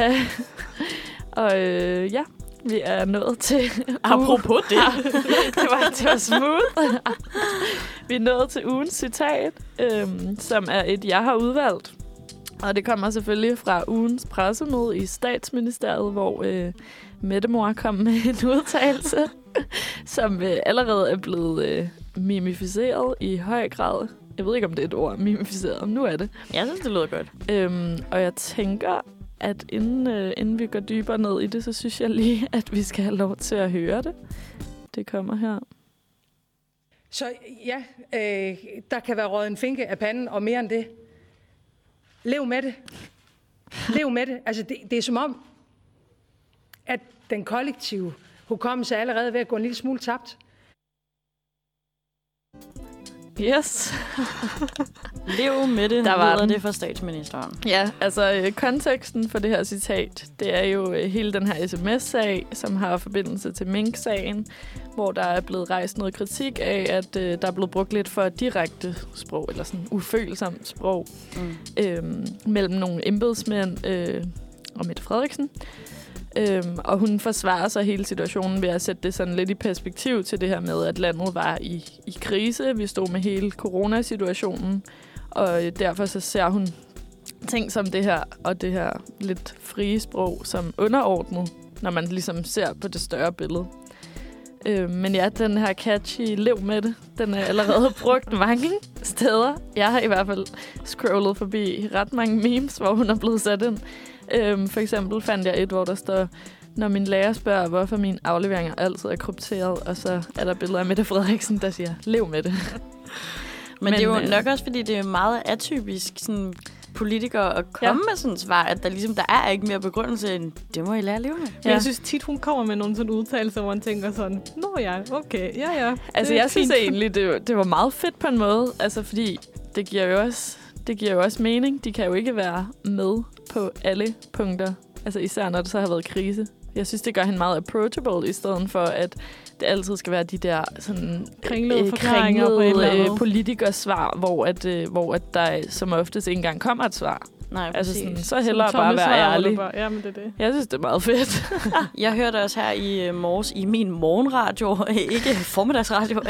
Og øh, ja, vi er nået til... Apropos det. det, var, det var smooth. Vi er nået til ugens citat, øhm, som er et, jeg har udvalgt. Og det kommer selvfølgelig fra ugens pressemøde i Statsministeriet, hvor øh, Mettemor kom med en udtalelse, som øh, allerede er blevet øh, mimificeret i høj grad. Jeg ved ikke, om det er et ord, mimificeret, men nu er det. Jeg synes, det lyder godt. Øhm, og jeg tænker, at inden, øh, inden vi går dybere ned i det, så synes jeg lige, at vi skal have lov til at høre det. Det kommer her. Så ja, øh, der kan være røget en finke af panden, og mere end det. Lev med det. Lev med det. Altså, det, det er som om, at den kollektive hukommelse er allerede ved at gå en lille smule tabt. Yes. Lev med det, der var det for statsministeren. Ja, altså øh, konteksten for det her citat, det er jo øh, hele den her sms-sag, som har forbindelse til Mink-sagen, hvor der er blevet rejst noget kritik af, at øh, der er blevet brugt lidt for direkte sprog, eller sådan ufølsomt sprog, mm. øh, mellem nogle embedsmænd øh, og Mette Frederiksen. Øhm, og hun forsvarer sig hele situationen ved at sætte det sådan lidt i perspektiv til det her med, at landet var i, i krise. Vi stod med hele coronasituationen, og derfor så ser hun ting som det her, og det her lidt frie sprog som underordnet, når man ligesom ser på det større billede. Øh, men ja, den her catchy lev med det, den er allerede brugt mange steder. Jeg har i hvert fald scrollet forbi ret mange memes, hvor hun er blevet sat ind. Øh, for eksempel fandt jeg et, hvor der står, når min lærer spørger, hvorfor mine afleveringer altid er krypteret, og så er der billeder af Mette Frederiksen, der siger, lev med det. Men, Men det er jo øh, nok også, fordi det er meget atypisk sådan, politikere at komme ja. med sådan et svar, at der ligesom der er ikke mere begrundelse end, det må I lære at leve med. Ja. Jeg synes tit, hun kommer med nogle sådan udtalelser, hvor man tænker sådan, nå ja, okay, ja ja. Altså jeg synes egentlig, det, det var meget fedt på en måde, altså fordi det giver jo også, det giver jo også mening. De kan jo ikke være med på alle punkter, altså især når det så har været krise. Jeg synes, det gør hende meget approachable, i stedet for, at det altid skal være de der sådan kringlede øh, forklaringer kringlede, på et eller andet politikersvar, hvor, at, øh, hvor at der som oftest ikke engang kommer et svar. Nej, altså sådan, så hellere bare være ærlig. Bare, ja, men det er det. Jeg synes, det er meget fedt. Jeg hørte også her i morges i min morgenradio, ikke formiddagsradio.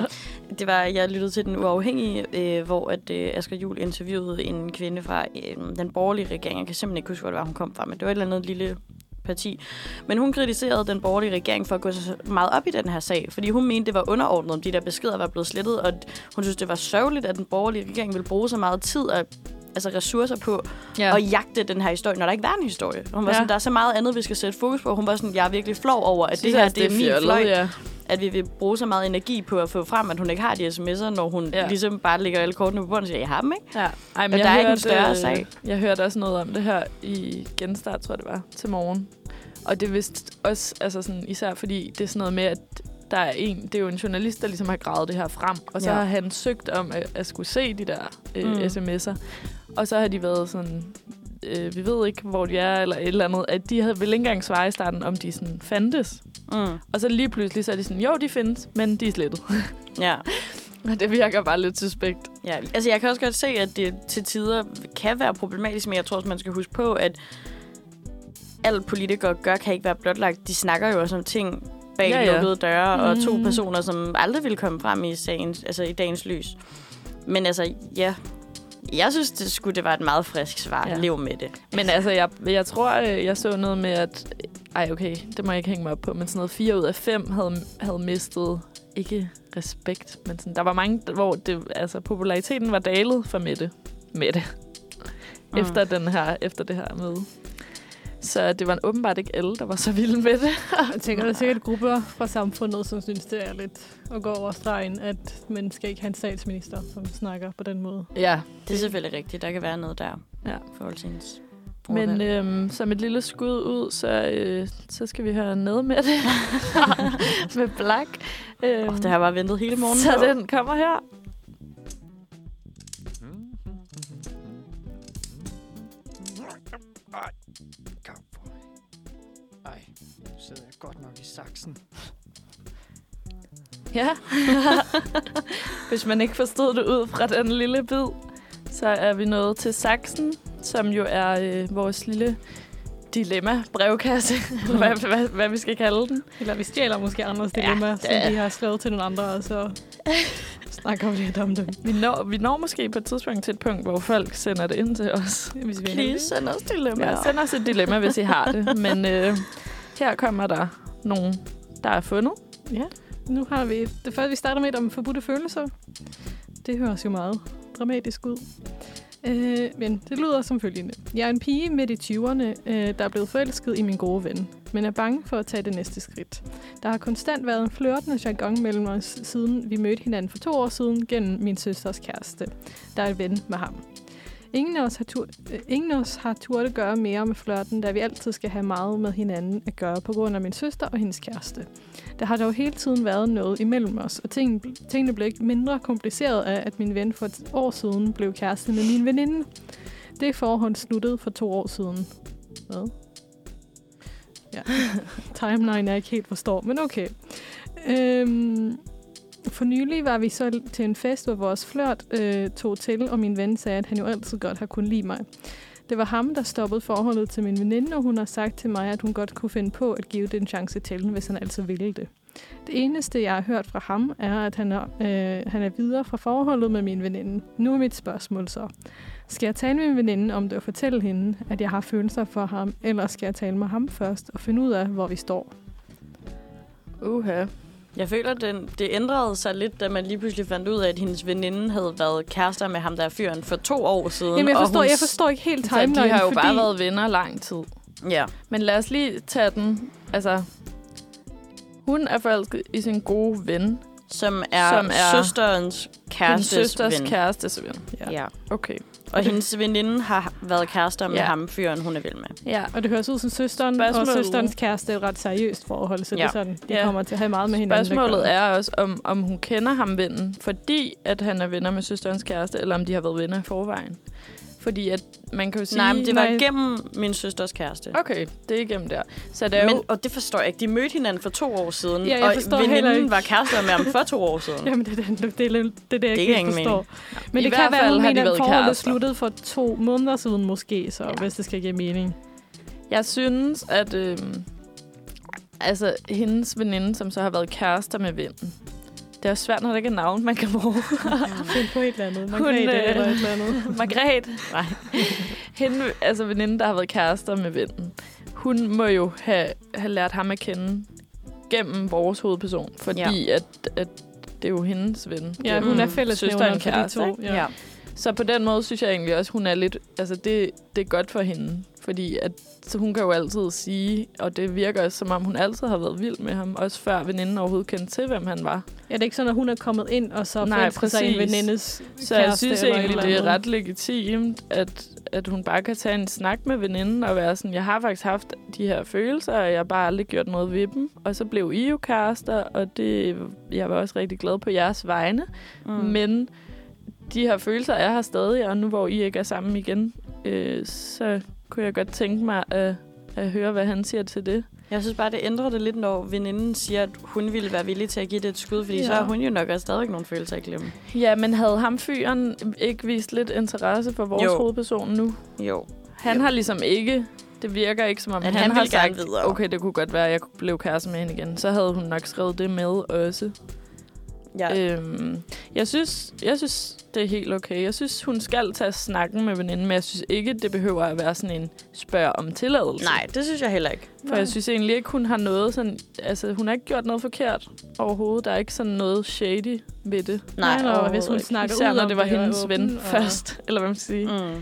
Det var, jeg lyttede til Den Uafhængige, hvor at Asger Juhl interviewede en kvinde fra den borgerlige regering. Jeg kan simpelthen ikke huske, hvor det var, hun kom fra, men det var et eller andet lille parti. Men hun kritiserede den borgerlige regering for at gå så meget op i den her sag, fordi hun mente, det var underordnet, om de der beskeder var blevet slettet, og hun synes, det var sørgeligt, at den borgerlige regering ville bruge så meget tid og altså ressourcer på ja. at jagte den her historie, når der ikke var en historie. Hun var ja. sådan, der er så meget andet, vi skal sætte fokus på. Hun var sådan, jeg er virkelig flov over, at det her, det er min fløj. Ja. At vi vil bruge så meget energi på at få frem, at hun ikke har de sms'er, når hun ja. ligesom bare lægger alle kortene på bordet og siger, jeg har dem, ikke? Ja. Ej, men, men der er ikke en større sag. Jeg hørte også noget om det her i Genstart, tror jeg det var, til morgen. Og det er vist også, altså sådan, især fordi det er sådan noget med, at der er en, det er jo en journalist, der ligesom har gravet det her frem, og så ja. har han søgt om at, at skulle se de der øh, mm. sms'er. Og så har de været sådan, øh, vi ved ikke, hvor de er, eller et eller andet, at de havde vel ikke engang svaret i starten, om de sådan fandtes. Mm. Og så lige pludselig, så er de sådan, jo, de findes, men de er slettet. Ja. Og det virker bare lidt suspekt. Ja, altså jeg kan også godt se, at det til tider kan være problematisk, men jeg tror også, man skal huske på, at alle politikere gør, kan ikke være blotlagt. De snakker jo også om ting bag ja, ja. lukkede døre, mm. og to personer, som aldrig ville komme frem i, sagen, altså i dagens lys. Men altså, ja, jeg synes, det skulle det var et meget frisk svar. Ja. Lev med det. Men altså, jeg, jeg tror, jeg så noget med, at ej, okay, det må jeg ikke hænge mig op på, men sådan noget fire ud af fem havde, havde mistet, ikke respekt, men sådan, der var mange, hvor det, altså, populariteten var dalet for Mette. Mette. Mm. Efter, den her, efter det her møde. Så det var åbenbart ikke alle, der var så vilde med det. Jeg tænker, der er sikkert grupper fra samfundet, som synes, det er lidt at gå over stregen, at man skal ikke have en statsminister, som snakker på den måde. Ja, det er selvfølgelig rigtigt. Der kan være noget der. Ja. For hendes Men øhm, som et lille skud ud, så, øh, så skal vi høre ned med det. Med Black. Øhm, oh, det har bare ventet hele morgenen. Så den kommer her. Ej, nu sidder jeg godt nok i saksen. Ja. Hvis man ikke forstod det ud fra den lille bid, så er vi nået til saksen, som jo er øh, vores lille dilemma-brevkasse, eller hvad, hvad, hvad vi skal kalde den. Eller vi stjæler måske andres dilemma, ja, som vi har skrevet til nogle andre, og så snakker vi lidt om dem. Vi når, vi når måske på et tidspunkt til et punkt, hvor folk sender det ind til os. Hvis vi Please, send os dilemma. Ja, send os et dilemma, hvis I har det. Men øh, her kommer der nogen, der er fundet. Ja, nu har vi det første, vi starter med om forbudte følelser. Det høres jo meget dramatisk ud. Øh, men det lyder som følgende. Jeg er en pige midt i tyverne, øh, der er blevet forelsket i min gode ven, men er bange for at tage det næste skridt. Der har konstant været en flirtende jargon mellem os, siden vi mødte hinanden for to år siden gennem min søsters kæreste, der er ven med ham. Ingen af os har, tur- øh, ingen af os har turde gøre mere med flirten, da vi altid skal have meget med hinanden at gøre på grund af min søster og hendes kæreste. Der har dog hele tiden været noget imellem os, og tingene, tingene blev ikke mindre kompliceret af, at min ven for et år siden blev kæreste med min veninde. Det forhold sluttede for to år siden. Hvad? Ja. Timeline er ikke helt forstår, men okay. Øhm, for nylig var vi så til en fest, hvor vores flirt øh, tog til, og min ven sagde, at han jo altid godt har kunnet lide mig. Det var ham, der stoppede forholdet til min veninde, og hun har sagt til mig, at hun godt kunne finde på at give det en chance til hende, hvis han altså ville det. Det eneste, jeg har hørt fra ham, er, at han er, øh, han er videre fra forholdet med min veninde. Nu er mit spørgsmål så. Skal jeg tale med min veninde om det og fortælle hende, at jeg har følelser for ham, eller skal jeg tale med ham først og finde ud af, hvor vi står? Uha. Jeg føler, at den, det ændrede sig lidt, da man lige pludselig fandt ud af, at hendes veninde havde været kærester med ham der fyren for to år siden. Jamen, jeg forstår, og hun... jeg forstår ikke helt timeline, de har jo fordi... bare været venner lang tid. Ja. Men lad os lige tage den. Altså, hun er forelsket i sin gode ven. Som er, som er søsterens kærestes hendes søsters ven. kærestes ven. Ja. ja. Okay. Og hendes veninde har været kærester med ja. ham, fyren hun er vel med. Ja, og det høres ud som søsteren, Spørgsmålet. og søsterens kæreste er et ret seriøst forhold, så ja. det er sådan, de ja. kommer til at have meget med hinanden. Spørgsmålet er også, om, om hun kender ham vennen, fordi at han er venner med søsterens kæreste, eller om de har været venner i forvejen. Fordi at man kan jo sige... Nej, men det var nej. gennem min søsters kæreste. Okay, det er igennem der. Så det er men, jo... Og det forstår jeg ikke. De mødte hinanden for to år siden, ja, og veninden var kærester med ham for to år siden. Jamen, det er det, det, det, det, det, det jeg det ikke forstår. Ja. Men I det kan være, at hun mener, at forholdet kærester. sluttede for to måneder siden måske, så ja. hvis det skal give mening. Jeg synes, at øh, altså, hendes veninde, som så har været kærester med vennen, det er svært, når der ikke er navn, man kan bruge. Find på et eller andet. Margrethe øh, eller et eller andet. Margrethe? Nej. Hende, altså veninden, der har været kærester med vennen, hun må jo have, have lært ham at kende gennem vores hovedperson, fordi ja. at, at det er jo hendes ven. Ja, hun er fællesnævner for de to. Ja. Ja. Så på den måde synes jeg egentlig også, hun er lidt... Altså, det, det er godt for hende. Fordi at, så hun kan jo altid sige, og det virker også, som om hun altid har været vild med ham, også før veninden overhovedet kendte til, hvem han var. Ja, det er ikke sådan, at hun er kommet ind, og så forelsker sig en venindes Så jeg synes egentlig, det er ret legitimt, at, at hun bare kan tage en snak med veninden og være sådan, jeg har faktisk haft de her følelser, og jeg har bare aldrig gjort noget ved dem. Og så blev I jo kærester, og det, jeg var også rigtig glad på jeres vegne. Mm. Men de her følelser er her stadig, og nu hvor I ikke er sammen igen, øh, så kunne jeg godt tænke mig at, at høre, hvad han siger til det. Jeg synes bare, det ændrer det lidt, når veninden siger, at hun ville være villig til at give det et skud, fordi ja. så har hun jo nok også stadig nogle følelser at glemme. Ja, men havde ham fyren ikke vist lidt interesse for vores jo. hovedperson nu? Jo. Han jo. har ligesom ikke... Det virker ikke, som om at han, han har sagt, videre. Okay, det kunne godt være, at jeg blev kæreste med hende igen. Så havde hun nok skrevet det med også. Ja. Øhm, jeg, synes, jeg synes, det er helt okay. Jeg synes, hun skal tage snakken med veninden, men jeg synes ikke, det behøver at være sådan en spørg om tilladelse. Nej, det synes jeg heller ikke. For Nej. jeg synes egentlig ikke, hun har noget sådan... Altså, hun har ikke gjort noget forkert overhovedet. Der er ikke sådan noget shady ved det. Nej, og hvis hun snakker Især, ud når om det var det hendes og ven åben, først, eller hvad man skal sige. Mm.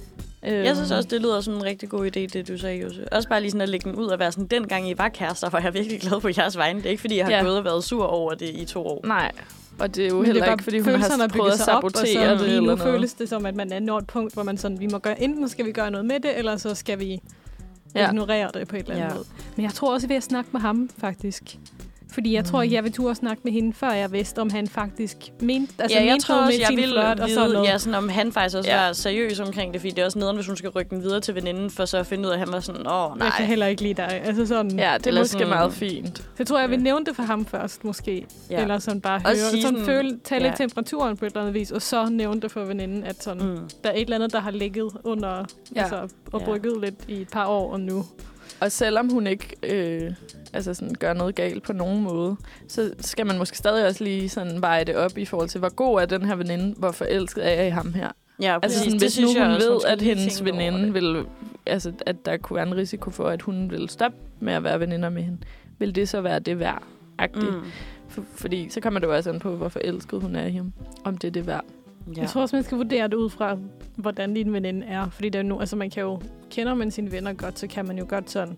Jeg synes også, det lyder som en rigtig god idé, det du sagde, Jose. Også bare lige sådan at lægge den ud og være sådan, dengang I var kærester, var jeg virkelig glad på jeres vegne. Det er ikke, fordi jeg har ja. gået og været sur over det i to år. Nej, og det er jo men heller ikke, fordi hun har prøvet at sabotere op, det. Lige nu eller føles det som, at man er nået et punkt, hvor man sådan, vi må gøre, enten skal vi gøre noget med det, eller så skal vi ja. ignorere det på et eller andet ja. måde. Men jeg tror også, at vi har snakket med ham, faktisk. Fordi jeg mm. tror ikke, jeg vil turde snakke med hende, før jeg vidste, om han faktisk mente, altså ja, jeg mente tror også, med jeg sin fløjt og sådan noget. Ja, sådan om han faktisk også ja. var seriøs omkring det, fordi det er også nederen, hvis hun skal rykke den videre til veninden, for så at finde ud af, at han var sådan, åh, nej. Jeg kan heller ikke lide dig. Altså sådan, ja, det er måske sådan, meget fint. Så tror jeg, vi nævnte det for ham først, måske. Ja. Eller sådan bare høre, sådan, sådan føle, tage lidt ja. temperaturen på et eller andet vis, og så nævnte det for veninden, at sådan, mm. der er et eller andet, der har ligget under, ja. altså, og brygget ja. lidt i et par år og nu. Og selvom hun ikke øh, altså sådan, gør noget galt på nogen måde, så skal man måske stadig også lige sådan veje det op i forhold til, hvor god er den her veninde, hvor forelsket er jeg i ham her. Ja, altså sådan, hvis nu hun ved, at hendes veninde vil, altså at der kunne være en risiko for, at hun vil stoppe med at være veninder med hende, vil det så være det værd-agtigt? Mm. For, fordi så kommer det jo også an på, hvor forelsket hun er i ham, om det er det værd. Ja. Jeg tror også, man skal vurdere det ud fra, hvordan din veninde er. Fordi det er nu, altså man kan jo, kender man sine venner godt, så kan man jo godt sådan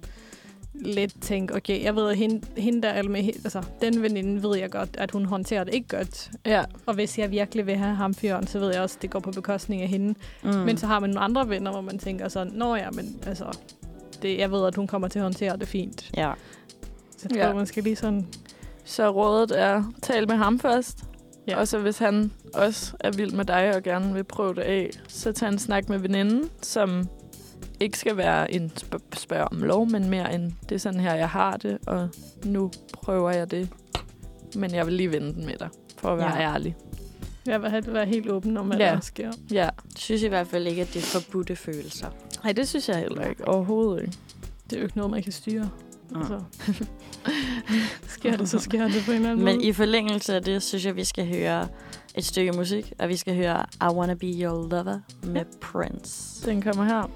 lidt tænke, okay, jeg ved, at hende, hende der, eller med, altså den veninde ved jeg godt, at hun håndterer det ikke godt. Ja. Og hvis jeg virkelig vil have ham fyren, så ved jeg også, at det går på bekostning af hende. Mm. Men så har man nogle andre venner, hvor man tænker sådan, nå ja, men altså, det, jeg ved, at hun kommer til at håndtere det fint. Ja. Så jeg tror, ja. man skal lige sådan... Så rådet er, tal med ham først. Ja. Og så hvis han også er vild med dig og gerne vil prøve det af, så tag en snak med veninden, som ikke skal være en sp- spørg om lov, men mere en, det er sådan her, jeg har det, og nu prøver jeg det. Men jeg vil lige vende den med dig, for at være ja. ærlig. Jeg vil have det være helt åben om, hvad ja. der sker. Ja. Jeg synes i hvert fald ikke, at det er forbudte følelser. Nej, det synes jeg heller ikke. Overhovedet ikke. Det er jo ikke noget, man kan styre. Altså. Sker det, så sker det på en eller anden Men måde. i forlængelse af det, synes jeg, vi skal høre et stykke musik, og vi skal høre I Wanna Be Your Lover med Prince. Den kommer her.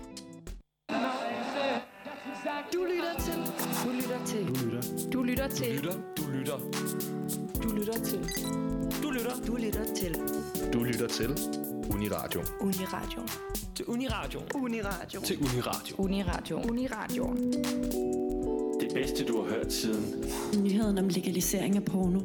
Du lytter til. Du lytter til. Du lytter. Du lytter til. Du lytter. Du lytter til. Du lytter. Du lytter til. Du lytter til Uniradio. Uniradio. Til Uniradio. Uniradio. Til Uniradio. Uniradio. Uniradio. Det bedste, du har hørt siden. Nyheden om legalisering af porno.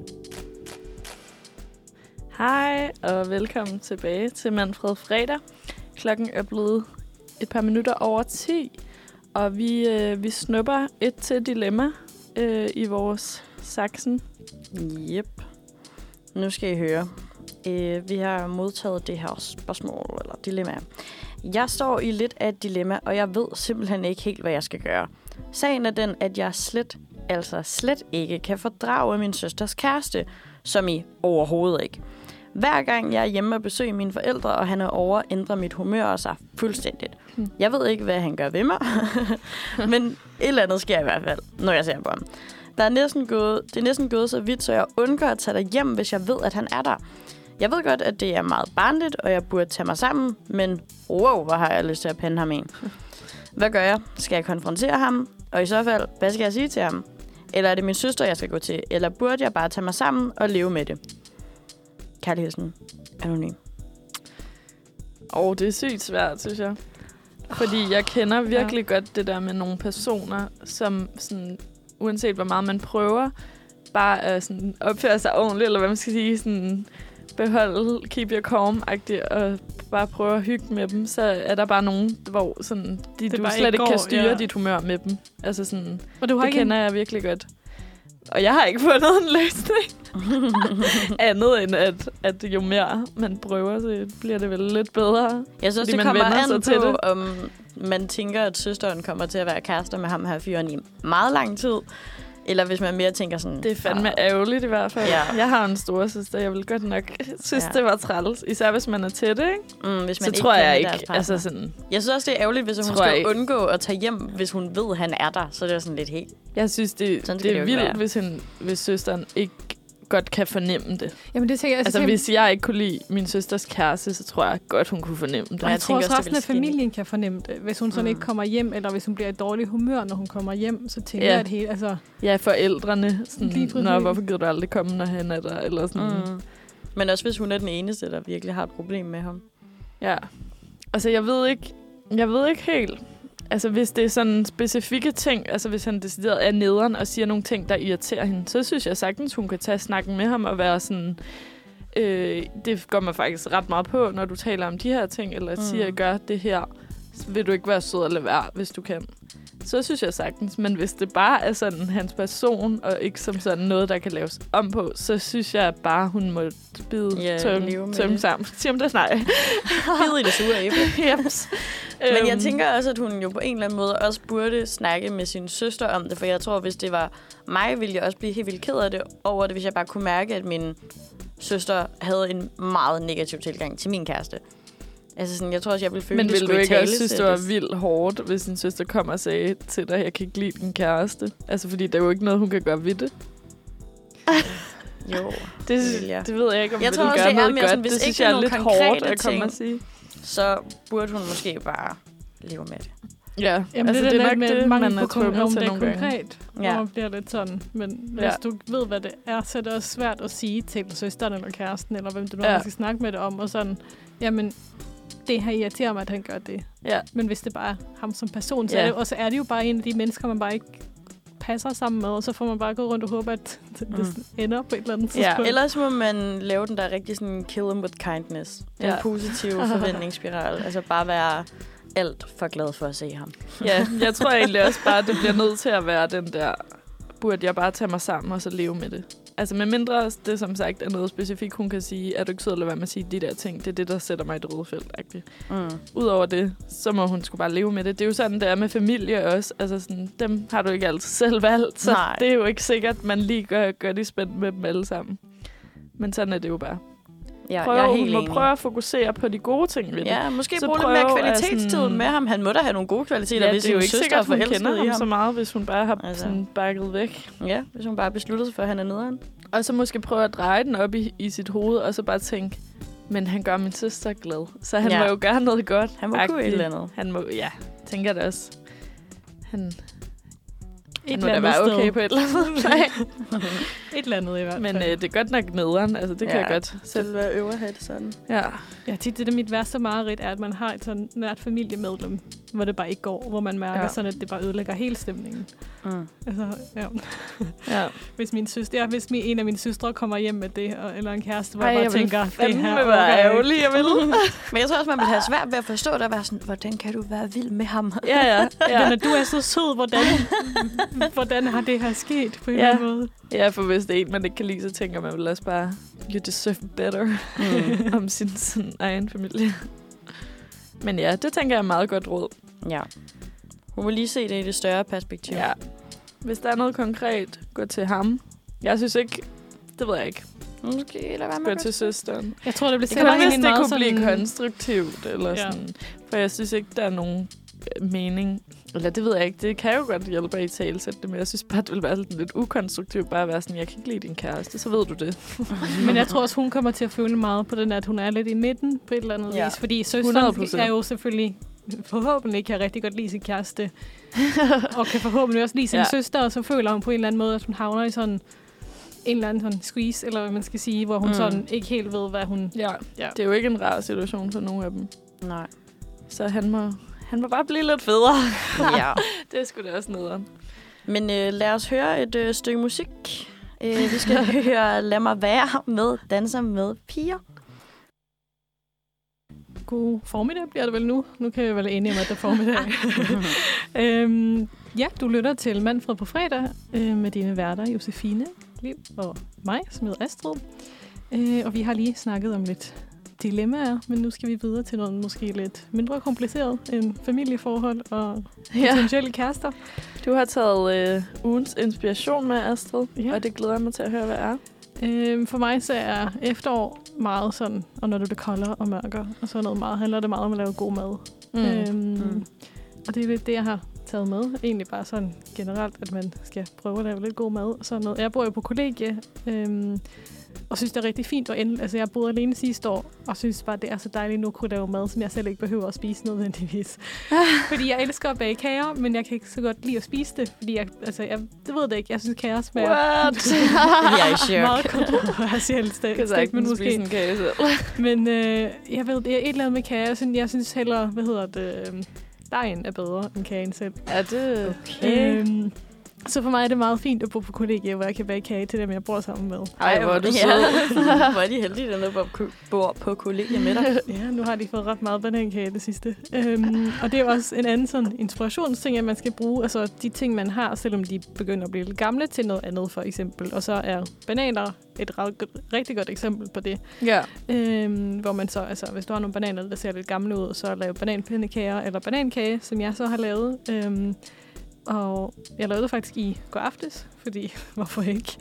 Hej, og velkommen tilbage til Manfred Fredag. Klokken er blevet et par minutter over ti, og vi, øh, vi snupper et til dilemma øh, i vores saksen. Yep. Nu skal I høre. Øh, vi har modtaget det her spørgsmål, eller dilemma. Jeg står i lidt af et dilemma, og jeg ved simpelthen ikke helt, hvad jeg skal gøre. Sagen er den, at jeg slet, altså slet ikke kan fordrage min søsters kæreste, som I overhovedet ikke. Hver gang jeg er hjemme og besøger mine forældre, og han er over, ændrer mit humør sig fuldstændigt. Hmm. Jeg ved ikke, hvad han gør ved mig, men et eller andet sker i hvert fald, når jeg ser på ham. Der er næsten gået, det er næsten gået så vidt, så jeg undgår at tage dig hjem, hvis jeg ved, at han er der. Jeg ved godt, at det er meget barnligt, og jeg burde tage mig sammen, men wow, hvor har jeg lyst til at pande ham en. Hvad gør jeg? Skal jeg konfrontere ham? Og i så fald, hvad skal jeg sige til ham? Eller er det min søster, jeg skal gå til? Eller burde jeg bare tage mig sammen og leve med det? Kærlig hilsen. Anonym. Åh, oh, det er sygt svært, synes jeg. Fordi jeg kender virkelig ja. godt det der med nogle personer, som sådan, uanset hvor meget man prøver, bare at sådan opføre sig ordentligt, eller hvad man skal sige, sådan beholde, keep your calm-agtigt, og bare prøve at hygge med dem, så er der bare nogen, hvor sådan, de, du slet ikke går, kan styre ja. dit humør med dem. Altså sådan, og du har det kender en... jeg virkelig godt. Og jeg har ikke fundet en løsning. Andet end, at, at jo mere man prøver, så bliver det vel lidt bedre. Jeg synes, det kommer an på, til det. Om man tænker, at søsteren kommer til at være kærester med ham her fyren i meget lang tid. Eller hvis man mere tænker sådan... Det er fandme ærgerligt i hvert fald. Ja. Jeg har en store søster, jeg vil godt nok synes, ja. det var træls. Især hvis man er tæt, ikke? Mm, hvis man så ikke tror jeg ikke... Altså sådan, jeg synes også, det er ærgerligt, hvis hun skal undgå at tage hjem, hvis hun ved, han er der. Så det er sådan lidt helt... Jeg synes, det, det, det er vildt, hvis, hende, hvis søsteren ikke godt kan fornemme det. Jamen, det tænker jeg, altså, hvis jeg ikke kunne lide min søsters kæreste, så tror jeg godt, hun kunne fornemme det. Og jeg, jeg tror også, resten af familien kan fornemme det. Hvis hun sådan mm. ikke kommer hjem, eller hvis hun bliver i dårlig humør, når hun kommer hjem, så tænker ja. jeg, at helt... Altså, ja, forældrene. Sådan, Nå, hvorfor gider du aldrig komme, når han er der? Eller sådan. Mm. Men også hvis hun er den eneste, der virkelig har et problem med ham. Ja. Altså, jeg ved ikke... Jeg ved ikke helt... Altså, hvis det er sådan specifikke ting, altså hvis han decideret er nederen og siger nogle ting, der irriterer hende, så synes jeg sagtens, hun kan tage snakken med ham og være sådan... Øh, det går mig faktisk ret meget på, når du taler om de her ting, eller mm. siger, gør det her, så vil du ikke være sød at lade være, hvis du kan. Så synes jeg sagtens, men hvis det bare er sådan hans person, og ikke som sådan noget, der kan laves om på, så synes jeg bare, hun må bide yeah, tømme tøm sammen. Sig om det nej. Bide i det sure æble. Jeps. Men jeg tænker også, at hun jo på en eller anden måde også burde snakke med sin søster om det, for jeg tror, hvis det var mig, ville jeg også blive helt vildt ked af det over det, hvis jeg bare kunne mærke, at min søster havde en meget negativ tilgang til min kæreste. Altså sådan, jeg tror også, jeg ville føle, men det ville du ikke også synes, det var vildt hårdt, hvis din søster kommer og sagde til dig, at jeg kan ikke lide din kæreste? Altså, fordi der er jo ikke noget, hun kan gøre ved det. Jo, det, det, det ved jeg ikke, om jeg vil tror også, gøre det er noget mere godt. Sådan, hvis det synes ikke jeg er lidt hårdt at komme og sige. Så burde hun måske bare leve med det. Ja, jamen, altså det, det er nok det, man man er tvunget til nogle konkret, gange. Ja. Hvor man bliver lidt sådan. Men hvis ja. du ved, hvad det er, så er det også svært at sige til søsteren eller kæresten, eller hvem du nu ja. skal snakke med det om, og sådan, jamen, det her irriterer mig, at han gør det. Ja. Men hvis det bare er ham som person, så ja. er det, og så er det jo bare en af de mennesker, man bare ikke passer sammen med, og så får man bare gå rundt og håbe, at det, mm. det ender på et eller andet tidspunkt. Ja, ellers må man lave den der rigtig sådan kill them with kindness. Den ja. positive forventningsspiral. Altså bare være alt for glad for at se ham. Ja, jeg tror egentlig også bare, det bliver nødt til at være den der, burde jeg bare tage mig sammen og så leve med det. Altså med mindre det som sagt er noget specifikt, hun kan sige, er du ikke sød at lade være med at sige de der ting, det er det, der sætter mig i et røde felt. Mm. Udover det, så må hun sgu bare leve med det. Det er jo sådan, det er med familie også. Altså sådan, dem har du ikke altid selv valgt, så Nej. det er jo ikke sikkert, at man lige gør, gør de spændt med dem alle sammen. Men sådan er det jo bare. Ja, prøve, jeg er hun helt må enig. prøve at fokusere på de gode ting ved det. Ja, måske Så bruge lidt prøve mere at kvalitetstid sådan- med ham. Han må da have nogle gode kvaliteter, Ja, hvis det er jo sin ikke søster sikkert, er hun forelsket kender i ham ham. så meget, hvis hun bare har Altså. sådan bakket væk. Ja, hvis hun bare beslutter sig for, at han er nederen. Og så måske prøve at dreje den op i, i sit hoved, og så bare tænke, men han gør min søster glad. Så han Ja. må jo gøre noget godt. Han må kunne et Agtigt. eller andet. Han må, ja, tænker det også. Han, Et han må eller da andet være okay sted. på et eller andet plan. Et eller andet i hvert fald. Men øh, det er godt nok nederen. Altså, det kan Ja, jeg godt selv. Selv være øver have det sådan. Ja. Ja, tit det der mit værste mareridt er, at man har et sådan nært familiemedlem, hvor det bare ikke går, hvor man mærker Ja. ja. sådan, at det bare ødelægger hele stemningen. Mm. Altså, ja. Ja. Hvis min søster, ja, hvis min, en af mine søstre kommer hjem med det, og, eller en kæreste, hvor Ej, jeg bare jeg vil tænker, det fandme her være orker jeg ikke. ærgerlig, jeg vil. Men jeg tror også, man vil have svært ved at forstå det og være sådan, hvordan kan du være vild med ham? Ja, ja. Ja. Men du er så sød, hvordan, hvordan har det her sket på en Ja. eller anden måde? Ja, for hvis det er en, man ikke kan lide, så tænker man vel også bare, you deserve better mm. om sin sådan, egen familie. Men ja, det tænker jeg er meget godt råd. Ja. Hun må lige se det i det større perspektiv. Ja. Hvis der er noget konkret, gå til ham. Jeg synes ikke, det ved jeg ikke. Måske lade være med Gå at til søsteren. Jeg tror, det bliver Det kan sætter være, hende hvis en det meget kunne blive sådan- konstruktivt, eller Ja. sådan. For jeg synes ikke, der er nogen øh, mening. Eller det ved jeg ikke. Det kan jo godt hjælpe at i tale sætte det, men jeg synes bare, det vil være sådan lidt ukonstruktivt. Bare at være sådan, jeg kan ikke lide din kæreste, så ved du det. Men jeg tror også, hun kommer til at føle meget på den, at hun er lidt i midten på et eller andet Ja. vis. Fordi hundrede søsteren procent. er jo selvfølgelig forhåbentlig kan rigtig godt lide sin kæreste. og kan forhåbentlig også lide sin Ja. ja. søster, og så føler hun på en eller anden måde, at hun havner i sådan en eller anden sådan squeeze, eller hvad man skal sige, hvor hun Mm. mm. sådan ikke helt ved, hvad hun... Ja. Ja. Det er jo ikke en rar situation for nogen af dem. Nej. Så han må, han må bare blive lidt federe. Ja. Det er sgu da også nederen. Men øh, lad os høre et øh, stykke musik. Øh, vi skal høre Lad mig være med Danser med piger. God formiddag bliver det vel nu. Nu kan vi vel enige om, at det er formiddag. øhm, ja, du lytter til Manfred på fredag øh, med dine værter, Josefine, Liv og mig, som hedder Astrid. Øh, og vi har lige snakket om lidt dilemmaer, men nu skal vi videre til noget måske lidt mindre kompliceret end familieforhold og Ja. potentielle kærester. Du har taget øh, ugens inspiration med, Astrid, Ja. og det glæder jeg mig til at høre, hvad er. Øhm, for mig så er efterår meget sådan, og når det bliver koldere og mørkere, og sådan noget meget, handler det meget om at lave god mad. Mm. Øhm, Mm. Og det er lidt det, jeg har taget med. Egentlig bare sådan generelt, at man skal prøve at lave lidt god mad og sådan noget. Jeg bor jo på kollegie, øhm, og synes, det er rigtig fint. Og endelig, altså, jeg boede alene sidste år, og synes bare, det er så dejligt nu at kunne lave mad, som jeg selv ikke behøver at spise nødvendigvis. Fordi jeg elsker at bage kager, men jeg kan ikke så godt lide at spise det. Fordi jeg, altså, jeg det ved det ikke. Jeg synes, kager smager... What? Jeg er i chok. Meget kontroversielt Kan stat- sagtens statement spise en måske. kage selv. Men øh, jeg ved, det er et eller andet med kage. Jeg synes, jeg synes hellere, hvad hedder det, øh, dejen er bedre end kagen selv. Er det okay? Øhm, så for mig er det meget fint at bo på kollegie, hvor jeg kan bage kage til dem, jeg bor sammen med. Ej, hvor er du ja. sød. Hvor er de heldige, der bor på, bor på kollegie med dig. Ja, nu har de fået ret meget banankage det sidste. Øhm, og det er jo også en anden sådan inspirationsting, at man skal bruge altså de ting, man har, selvom de begynder at blive lidt gamle, til noget andet for eksempel. Og så er bananer et ret, rigtig godt eksempel på det. Ja. Øhm, hvor man så, altså hvis du har nogle bananer, der ser lidt gamle ud, så lave bananpindekager eller banankage, som jeg så har lavet. Øhm, og jeg lavede det faktisk i går aftes, fordi hvorfor ikke?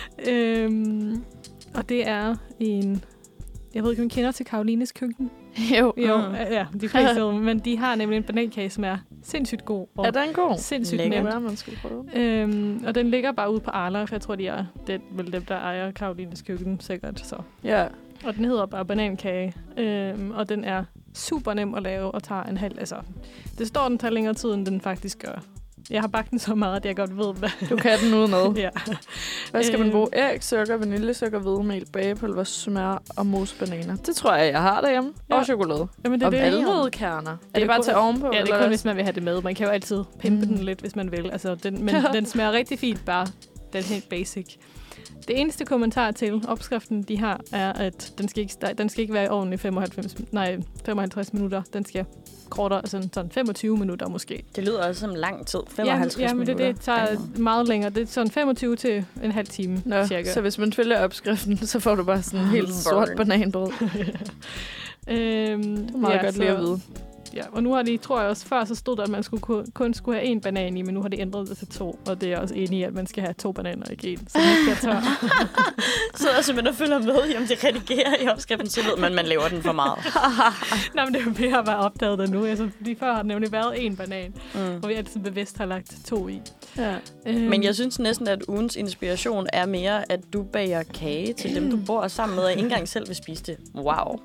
Øhm, og det er en... Jeg ved ikke, om I kender til Karolines køkken? Jo. Jo, Mm. ja, de fleste, men de har nemlig en banankage, som er sindssygt god. Og Er den god? sindssygt Lækkert. nem. Det man skulle prøve. Øhm, og den ligger bare ude på Arla, for jeg tror, de er det, vel dem, der ejer Karolines køkken, sikkert. Så. Ja. Og den hedder bare banankage, øhm, og den er super nem at lave og tager en halv... Altså, det står, den tager længere tid, end den faktisk gør. Jeg har bagt den så meget, at jeg godt ved, hvad... Du kan den udenad. ja. Hvad skal man Øhm. bruge? Æg, sukker, vaniljesukker, hvedemel, bagepulver, smør og mosebananer. Det tror jeg, jeg har derhjemme. Ja. Og chokolade. Jamen, det Og er det. valnøddekerner. Er det, det bare kun- til ovenpå? Ja, det er eller kun, hvad? hvis man vil have det med. Man kan jo altid pimpe Mm. den lidt, hvis man vil. Altså, den, men den smager rigtig fint bare. Den er helt basic. Det eneste kommentar til opskriften, de har, er, at den skal ikke, sta- den skal ikke være i ovnen i femoghalvfems, nej, femoghalvtreds minutter. Den skal kortere, sådan, sådan femogtyve minutter måske. Det lyder også som lang tid. femoghalvtreds ja, men det, minutter. det tager meget længere. Det er sådan femogtyve til en halv time, Nå, cirka. så hvis man følger opskriften, så får du bare sådan en helt Burn. sort bananbrød. øhm, Det er meget godt lige at vide. Ja, og nu har de, tror jeg også, før så stod der, at man skulle kun, kun skulle have én banan i, men nu har det ændret det til to, og det er jeg også enig i, at man skal have to bananer, ikke én, så man skal tør. Så er simpelthen at følge med, om det redigerer i opskriften, så ved man, man laver den for meget. Nå, men det er jo mere at være opdaget det nu. Altså, fordi før har det nemlig været én banan, mm. hvor vi altid bevidst har lagt to i. Ja. Øhm. Men jeg synes næsten, at ugens inspiration er mere, at du bager kage til dem, du bor sammen med, og ikke engang selv vil spise det. Wow.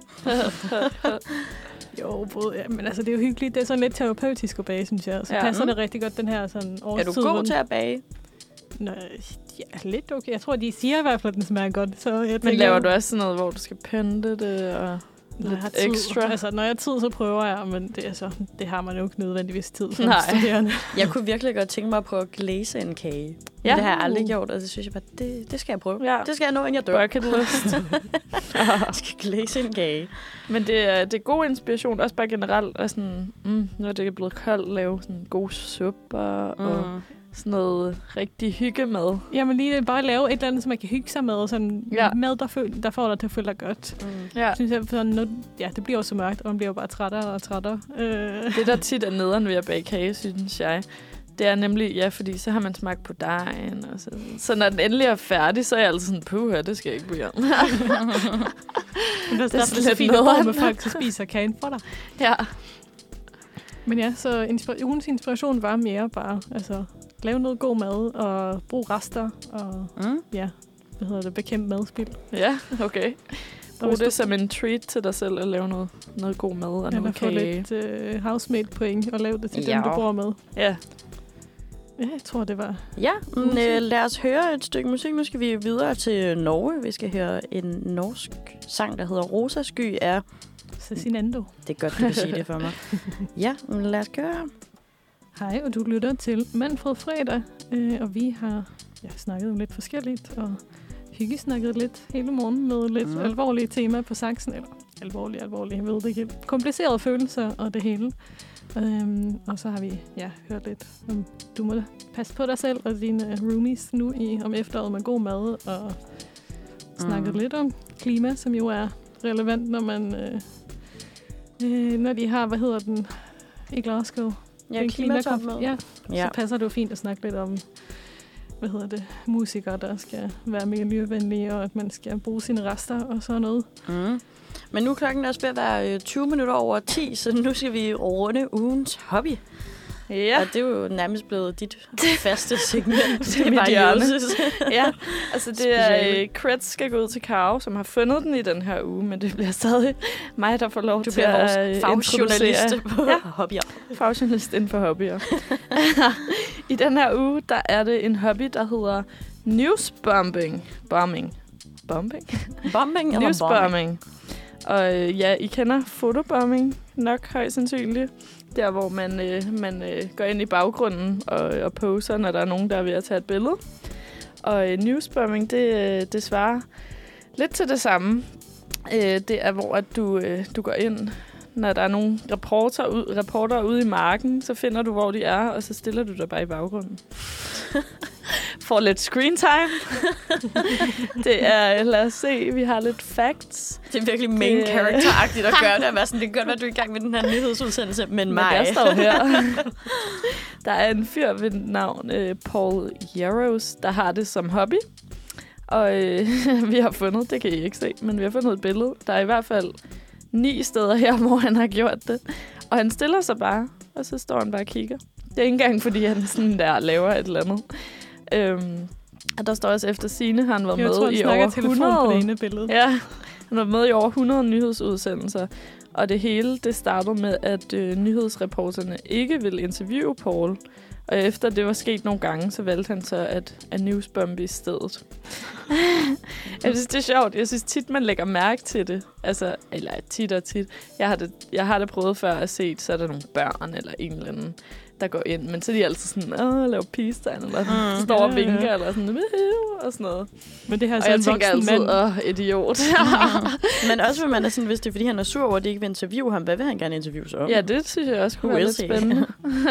Jo, både, ja, men altså, det er jo hyggeligt. Det er sådan lidt terapeutisk at bage, synes jeg. Så ja. passer mm. det rigtig godt, den her sådan årstid. Er du god til at bage? Nå, ja, lidt okay. Jeg tror, de siger i hvert fald, at den smager godt. Så jeg tænker, men laver du også sådan noget, hvor du skal pynte det og lidt ekstra? Altså, når jeg har tid, så prøver jeg, men det, altså, det har man jo ikke nødvendigvis tid for. Nej. Jeg kunne virkelig godt tænke mig at prøve at glaze en kage. Ja. Men det har jeg aldrig gjort, og det synes jeg bare, det, det skal jeg prøve. Ja. Det skal jeg nå, inden jeg dør. Bucket list. Jeg skal glaze en kage. Men det er, det er god inspiration, også bare generelt, og sådan, mm, når det er blevet koldt, lave sådan gode supper mm. og sådan noget rigtig hyggemad. Jamen lige bare lave et eller andet, som man kan hygge sig med, og sådan ja. mad, der, føl- der får dig til at føle dig godt. Mm. Ja. Synes jeg, sådan, når, ja, det bliver jo så mørkt, og man bliver jo bare trættere og trættere. Øh. Det, der tit er nederen ved at bage kage, synes jeg, det er nemlig, ja, fordi så har man smagt på dejen. Og så, så når den endelig er færdig, så er jeg altid sådan, puha, det skal jeg ikke begynde. Men det er, det er så fint at bo med folk, der spiser kagen for dig. Ja. Men ja, så inspir- ugens inspiration var mere bare, altså, lave noget god mad, og brug rester, og mm. ja, hvad hedder det, bekæmpe madspild. Ja, okay. Brug det som en treat til dig selv, at lave noget, noget god mad og ja, noget kage. Ja, få lidt uh, house-made point, og lave det til ja. dem, du bor med. Ja. Ja, jeg tror, det var... Ja, men, øh, lad os høre et stykke musik. Nu skal vi videre til Norge. Vi skal høre en norsk sang, der hedder Rosa Sky af... Cezinando. Det er godt, du kan sige det for mig. Ja, men lad os køre. Hej, og du lytter til Manfred Fredag, øh, og vi har ja, snakket om lidt forskelligt, og hyggesnakket lidt hele morgen med lidt mm. alvorlige temaer på saksen, eller alvorlige, alvorlige, jeg ved det ikke. Komplicerede følelser og det hele. Øhm, og så har vi ja, hørt lidt om, du må passe på dig selv og dine roomies nu i, om efteråret med god mad, og snakket mm. lidt om klima, som jo er relevant, når man øh, øh, når de har, hvad hedder den, i Glasgow. Ja, klimatopmøde. Ja, ja, så passer det jo fint at snakke lidt om, hvad hedder det, musikere, der skal være miljøvenlige, og at man skal bruge sine rester og sådan noget. Mm. Men nu er klokken også ved at være tyve minutter over ti, så nu skal vi runde ugens hobby. Ja. Og det er jo nærmest blevet dit faste segment. Det er bare Jøses. Ja, altså det er, creds skal gå ud til Karo, som har fundet den i den her uge, men det bliver stadig mig, der får lov du til at introducere. Du bliver fagjournalist på ja. hobbyer. Fagjournalist inden for hobbyer. I den her uge, der er det en hobby, der hedder newsbombing. Bombing. Bombing? Bombing eller newsbombing. Og øh, ja, I kender fotobombing nok højst sandsynligt. Der, hvor man, øh, man øh, går ind i baggrunden og, og poser, når der er nogen, der er ved at tage et billede. Og øh, newsbombing, det, det svarer lidt til det samme. Øh, det er, hvor at du, øh, du går ind, når der er nogle reporter, ud, reporter ude i marken, så finder du, hvor de er, og så stiller du dig bare i baggrunden. Får lidt screen time. Det er, lad os se, vi har lidt facts. Det er virkelig main det, character-agtigt at gøre det. At være sådan, det kan godt være, du er i gang med den her nyhedsudsendelse, men, men mig. Men jeg står her. Der er en fyr ved navn uh, Paul Jarros, der har det som hobby. Og uh, vi har fundet, det kan I ikke se, men vi har fundet et billede. Der er i hvert fald ni steder her, hvor han har gjort det. Og han stiller sig bare, og så står han bare og kigger. Det er ikke engang, fordi han sådan der laver et eller andet. Øhm, og der står også efter Signe, har han været jeg med tror, i over hundrede. På det ene billede. Ja, han har været med i over hundrede nyhedsudsendelser. Og det hele, det startede med, at øh, nyhedsreporterne ikke ville interviewe Paul. Og efter det var sket nogle gange, så valgte han så at, at newsbombe i stedet. Jeg synes, det er sjovt. Jeg synes tit, man lægger mærke til det. Altså, eller tit og tit. Jeg har det, jeg har det prøvet før at se, så er der nogle børn eller en eller anden, der går ind. Men så er de altid sådan, åh, laver peace-tegn, eller mm. står og vinker, eller sådan, og sådan noget. Men det her er og så jeg en tænker altid, mand. åh, idiot. Men også, hvis man er sådan, hvis det er, fordi han er sur over, at de ikke vil interviewe ham, hvad vil han gerne interviewe om? Ja, det synes jeg også kunne være lidt spændende.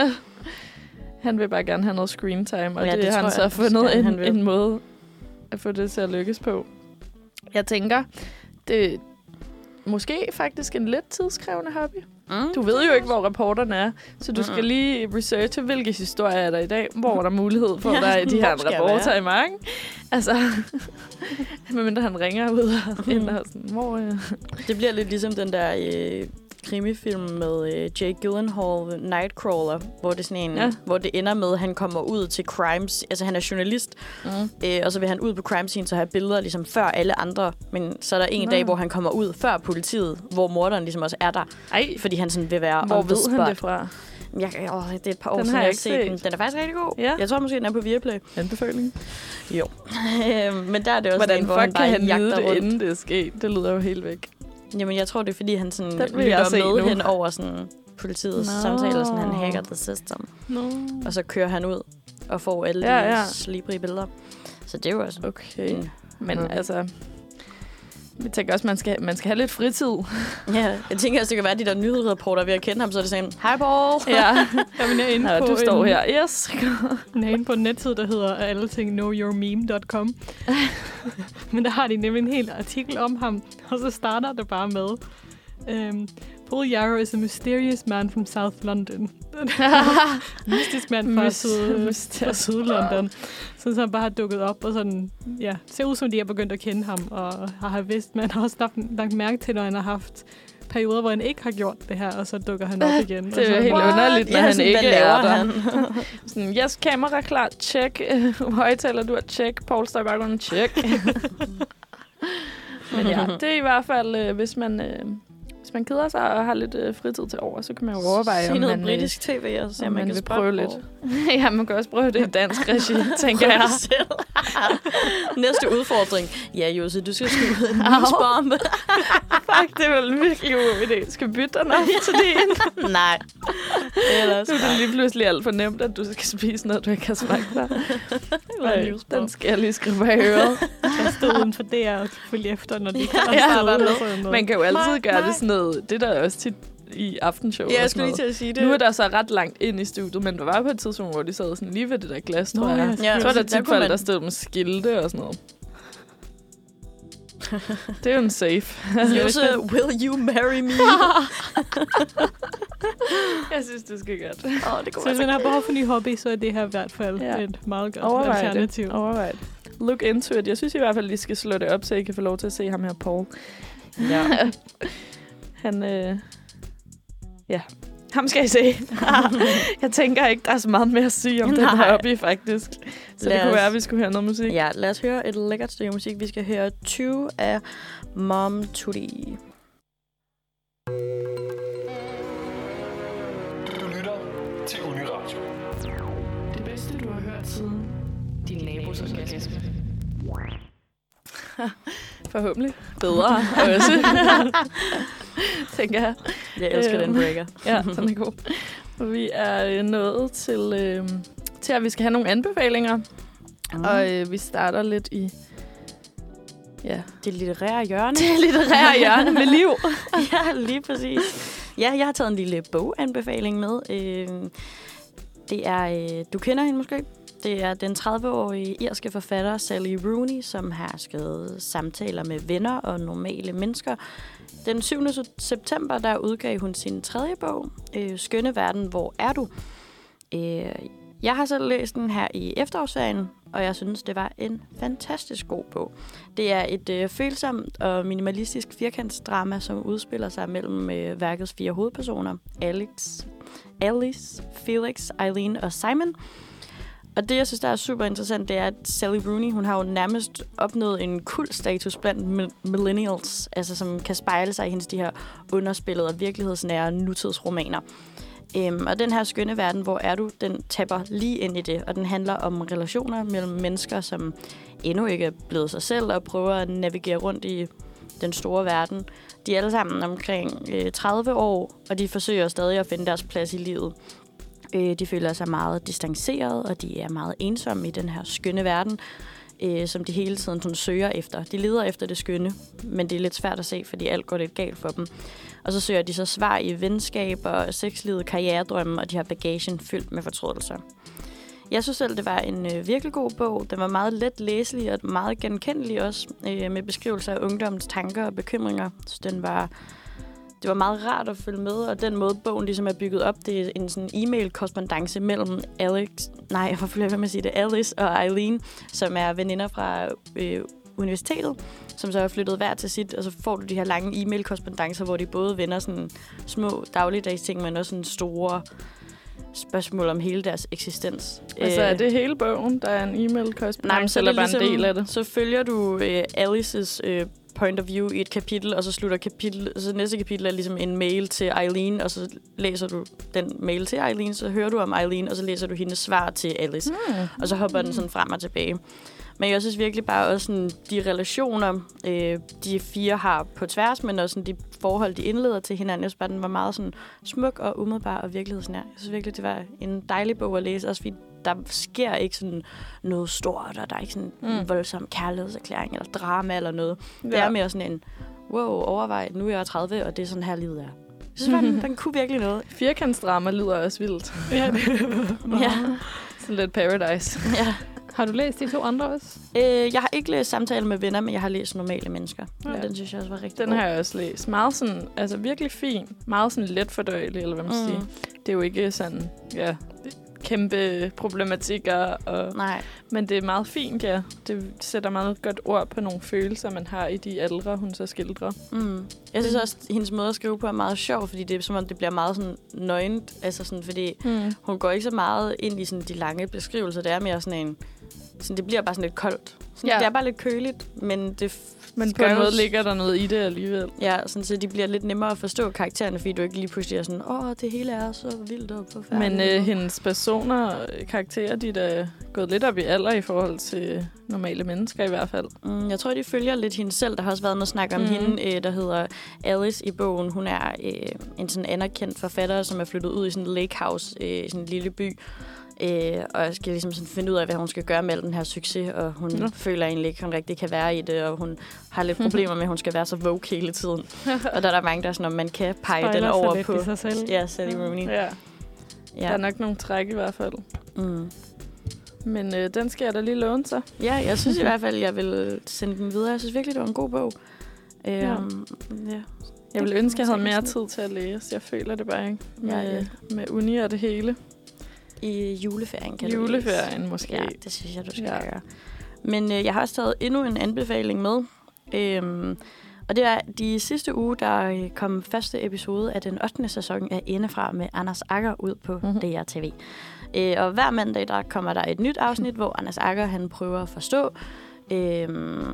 Han vil bare gerne have noget screen time, og ja, det, det har han så fundet en, en måde at få det til at lykkes på. Jeg tænker, det er måske faktisk en lidt tidskrævende hobby. Mm, du ved jo ikke, hvor reporterne er, så du mm. skal lige researche, hvilke historier er der i dag, hvor er der mulighed for, ja, der er de her reporter i mange. Altså, medmindre han ringer ud og finder mm. sådan, hvor... Øh... Det bliver lidt ligesom den der... Øh krimifilm med øh, Jake Gyllenhaal, Nightcrawler, hvor det, sådan en, ja. hvor det ender med, at han kommer ud til crimes. Altså, han er journalist, mm. øh, og så vil han ud på crime scene, så har billeder ligesom før alle andre. Men så er der en Nå. dag, hvor han kommer ud før politiet, hvor morderen ligesom også er der. Ej. Fordi han sådan vil være hvor ved han det fra? Jeg, åh, det er et par år siden, jeg har set den. Den er faktisk rigtig god. Ja. Jeg tror måske, den er på Viaplay. Anbefaling. Jo. Men der er det også hvordan en, hvor han bare kan han jagter det, rundt. Inden det er sket? Det lyder jo helt væk. Jamen, jeg tror, det er, fordi han sådan lytter med hen over sådan, politiets no. samtaler, sådan han hacker the system. No. Og så kører han ud og får alle ja, de ja. slibrige billeder. Så det er jo også... Okay. En, Men mm. altså... Jeg tænker også, man skal, man skal have lidt fritid. Ja, jeg tænker også, det kan være, de der nyhedsreporter ved at kende ham, så er det sådan, hej Paul! Ja, Jamen, jeg er inde ja, på du står en, her. Yes. Jeg er inde på en netside, der hedder alleting know your meme dot com. Men der har de nemlig en hel artikel om ham, og så starter det bare med... Um, Paul Yarrow is a mysterious man from South London. Mystisk mand fra, syd, fra Syd-London. Så han bare har dukket op og sådan, ja, ser ud som de er begyndt at kende ham, og har vidst, man har også lagt, lagt mærke til, når han har haft perioder, hvor han ikke har gjort det her, og så dukker han op igen. Det er så, helt what? underligt, når ja, han sådan, ikke er der. Han? Sådan, yes, kamera klar, check. Højtaler, du er check. Paul står i baggrunden, check. Men ja, det er i hvert fald, øh, hvis man... Øh, Hvis man keder sig og har lidt øh, fritid til over, så kan man jo overveje, se om noget man, britisk tv, og så om man, man kan vil prøve lidt. Ja, man kan også prøve det i dansk regi, tænker jeg. Næste udfordring. Ja, Jose, du skal skyde en musbombe. Fuck, det er vel virkelig god idé. Skal vi bytte den op til din? Nej. Ellers nu er det lige pludselig alt for nemt, at du skal spise noget, du ikke har smagt der. Nej, den skal jeg lige skrive bag øret. Jeg stod uden for det og følge efter, når de kan ja, noget. Man kan jo altid nej, gøre nej. det sådan noget. Det der er også tit i aftenshow. Ja, jeg skulle lige til at sige det. Nu er der så ret langt ind i studiet, men der var på et tidspunkt, hvor de sad sådan lige ved det der glas, tror Nå, jeg. Ja, så var der tit folk, der stod med skilte og sådan noget. Det er jo en safe. Jose, will you marry me? Jeg synes, det skal godt. Oh, det så hvis man har behov for ny hobby, så er det her i hvert fald ja. et meget godt Overvej alternativ. Det. Overvej det. Look into it. Jeg synes i hvert fald, at I skal slå det op, så I kan få lov til at se ham her, Paul. Ja. Han, øh... ja. Ham skal I se. Jeg tænker ikke, der er så meget mere at sige om Nej. den her hobby, faktisk. Så lad det kunne os... være, at vi skulle høre noget musik. Ja, lad os høre et lækkert stykke musik. Vi skal høre tyve af Mom Tootie. Du lytter til Uniradio. Det bedste, du har hørt siden din nabos orgasme. Forhåbentlig. Bedre også. Tænker jeg. Jeg elsker øhm, den breaker. Ja, den er god. Vi er nået til, øh, til, at vi skal have nogle anbefalinger. Mm. Og øh, vi starter lidt i... Ja. Det litterære hjørne. Det litterære hjørne med liv. Ja, lige præcis. Ja, jeg har taget en lille boganbefaling med. Øh, det er... Øh, du kender hende måske? Det er den tredive-årige irske forfatter Sally Rooney, som har skrevet Samtaler med venner og normale mennesker. Den syvende september der udgav hun sin tredje bog, øh, Skønne verden, hvor er du? Øh, jeg har selv læst den her i efterårsferien, og jeg synes, det var en fantastisk god bog. Det er et øh, følsomt og minimalistisk firkantsdrama, som udspiller sig mellem øh, værkets fire hovedpersoner, Alex, Alice, Felix, Eileen og Simon. Og det, jeg synes, der er super interessant, det er, at Sally Rooney, hun har jo nærmest opnået en kultstatus blandt millennials, altså som kan spejle sig i hendes de her underspillede og virkelighedsnære nutidsromaner. Øhm, og den her skønne verden, hvor er du, den tapper lige ind i det, og den handler om relationer mellem mennesker, som endnu ikke er blevet sig selv og prøver at navigere rundt i den store verden. De er alle sammen omkring øh, tredive år, og de forsøger stadig at finde deres plads i livet. De føler sig meget distanceret, og de er meget ensomme i den her skønne verden, øh, som de hele tiden sådan, søger efter. De leder efter det skønne, men det er lidt svært at se, fordi alt går lidt galt for dem. Og så søger de så svar i venskaber, sexlivet, karrieredrømme, og de har bagagen fyldt med fortrydelser. Jeg synes selv, det var en øh, virkelig god bog. Den var meget let læselig og meget genkendelig også, øh, med beskrivelser af ungdommens tanker og bekymringer. Så den var... det var meget rart at følge med, og den måde, bogen ligesom er bygget op, det er en sådan e-mail-korrespondance mellem Alex, nej, jeg får flere med at sige det, Alice og Eileen, som er veninder fra øh, universitetet, som så er flyttet hver til sit, og så får du de her lange e-mail-korrespondancer, hvor de både vender sådan små dagligdags ting, men også sådan store spørgsmål om hele deres eksistens. Altså er det hele bogen, der er en e-mail-korrespondance, eller bare ligesom, en del af det? Så følger du øh, Alices øh, point of view i et kapitel, og så slutter kapitel, så næste kapitel er ligesom en mail til Eileen, og så læser du den mail til Eileen, så hører du om Eileen, og så læser du hendes svar til Alice. Mm. Og så hopper mm. den sådan frem og tilbage. Men jeg synes virkelig bare også sådan, de relationer, øh, de fire har på tværs, men også sådan, de forhold, de indleder til hinanden. Jeg synes bare, den var meget sådan, smuk og umiddelbar og virkelighedsnær. Jeg synes virkelig, det var en dejlig bog at læse, også fordi der sker ikke sådan noget stort, og der er ikke sådan mm. en voldsom kærlighedserklæring eller drama eller noget. Ja. Det er mere sådan en, wow, overvej, nu er jeg tredive, og det er sådan her livet er. Jeg synes bare, den, den kunne virkelig noget. Firkantsdrama lyder også vildt. Ja, ja. Sådan lidt Paradise. Ja. Har du læst de to andre også? Øh, jeg har ikke læst Samtale med venner, men jeg har læst Normale mennesker. Ja. Og den synes jeg også var rigtig Den god. har jeg også læst. Meget sådan, altså virkelig fin. Meget sådan let fordøjelig, eller hvad man mm. siger. Det er jo ikke sådan, ja, kæmpe problematikker. Og, Nej. Men det er meget fint, ja. Det sætter meget godt ord på nogle følelser, man har i de aldre, hun så skildrer. Mm. Jeg synes også, at hendes måde at skrive på er meget sjov, fordi det er som om, det bliver meget sådan nøgent. Altså sådan, fordi mm. hun går ikke så meget ind i sådan de lange beskrivelser. Det er mere sådan en... Sådan, det bliver bare sådan lidt koldt. Sådan, ja. Det er bare lidt køligt, men det... Men på en måde ligger der noget i det alligevel. Ja, sådan, så de bliver lidt nemmere at forstå karaktererne, fordi du ikke lige pludselig er sådan, åh, det hele er så vildt og forfærdeligt. Men øh, hendes personer, karakterer, de er da gået lidt op i alder i forhold til normale mennesker i hvert fald. Mm, jeg tror, de følger lidt hende selv. Der har også været noget snak om mm. hende, øh, der hedder Alice i bogen. Hun er øh, en sådan anerkendt forfatter, som er flyttet ud i sådan en lake house, øh, sådan en lille by. Øh, og jeg skal ligesom sådan finde ud af, hvad hun skal gøre med al den her succes, og hun ja. føler egentlig ikke, hun rigtig kan være i det, og hun har lidt problemer med, at hun skal være så woke hele tiden. Og der er der mange, der er sådan, om man kan pege Spejler den over på sig selv. Ja, Sally Rooney. Ja. Ja. Der er nok nogle træk i hvert fald. Mm. Men øh, den skal jeg da lige låne så. Ja, jeg synes i hvert fald, jeg vil sende den videre. Jeg synes virkelig, det var en god bog. Øh, ja. Ja. Jeg ville ønske, jeg havde mere tid til at læse. Jeg føler det bare ikke. Med, ja, ja. med uni og det hele. I juleferien kan Juleferien du måske. Ja, det synes jeg, du skal ja. gøre. Men øh, jeg har også taget endnu en anbefaling med. Øhm, og det er, de sidste uge, der kom første episode af den ottende sæson af Indefra med Anders Agger ud på mm-hmm. D R T V. Øh, og hver mandag, der kommer der et nyt afsnit, hvor Anders Agger, han prøver at forstå øhm,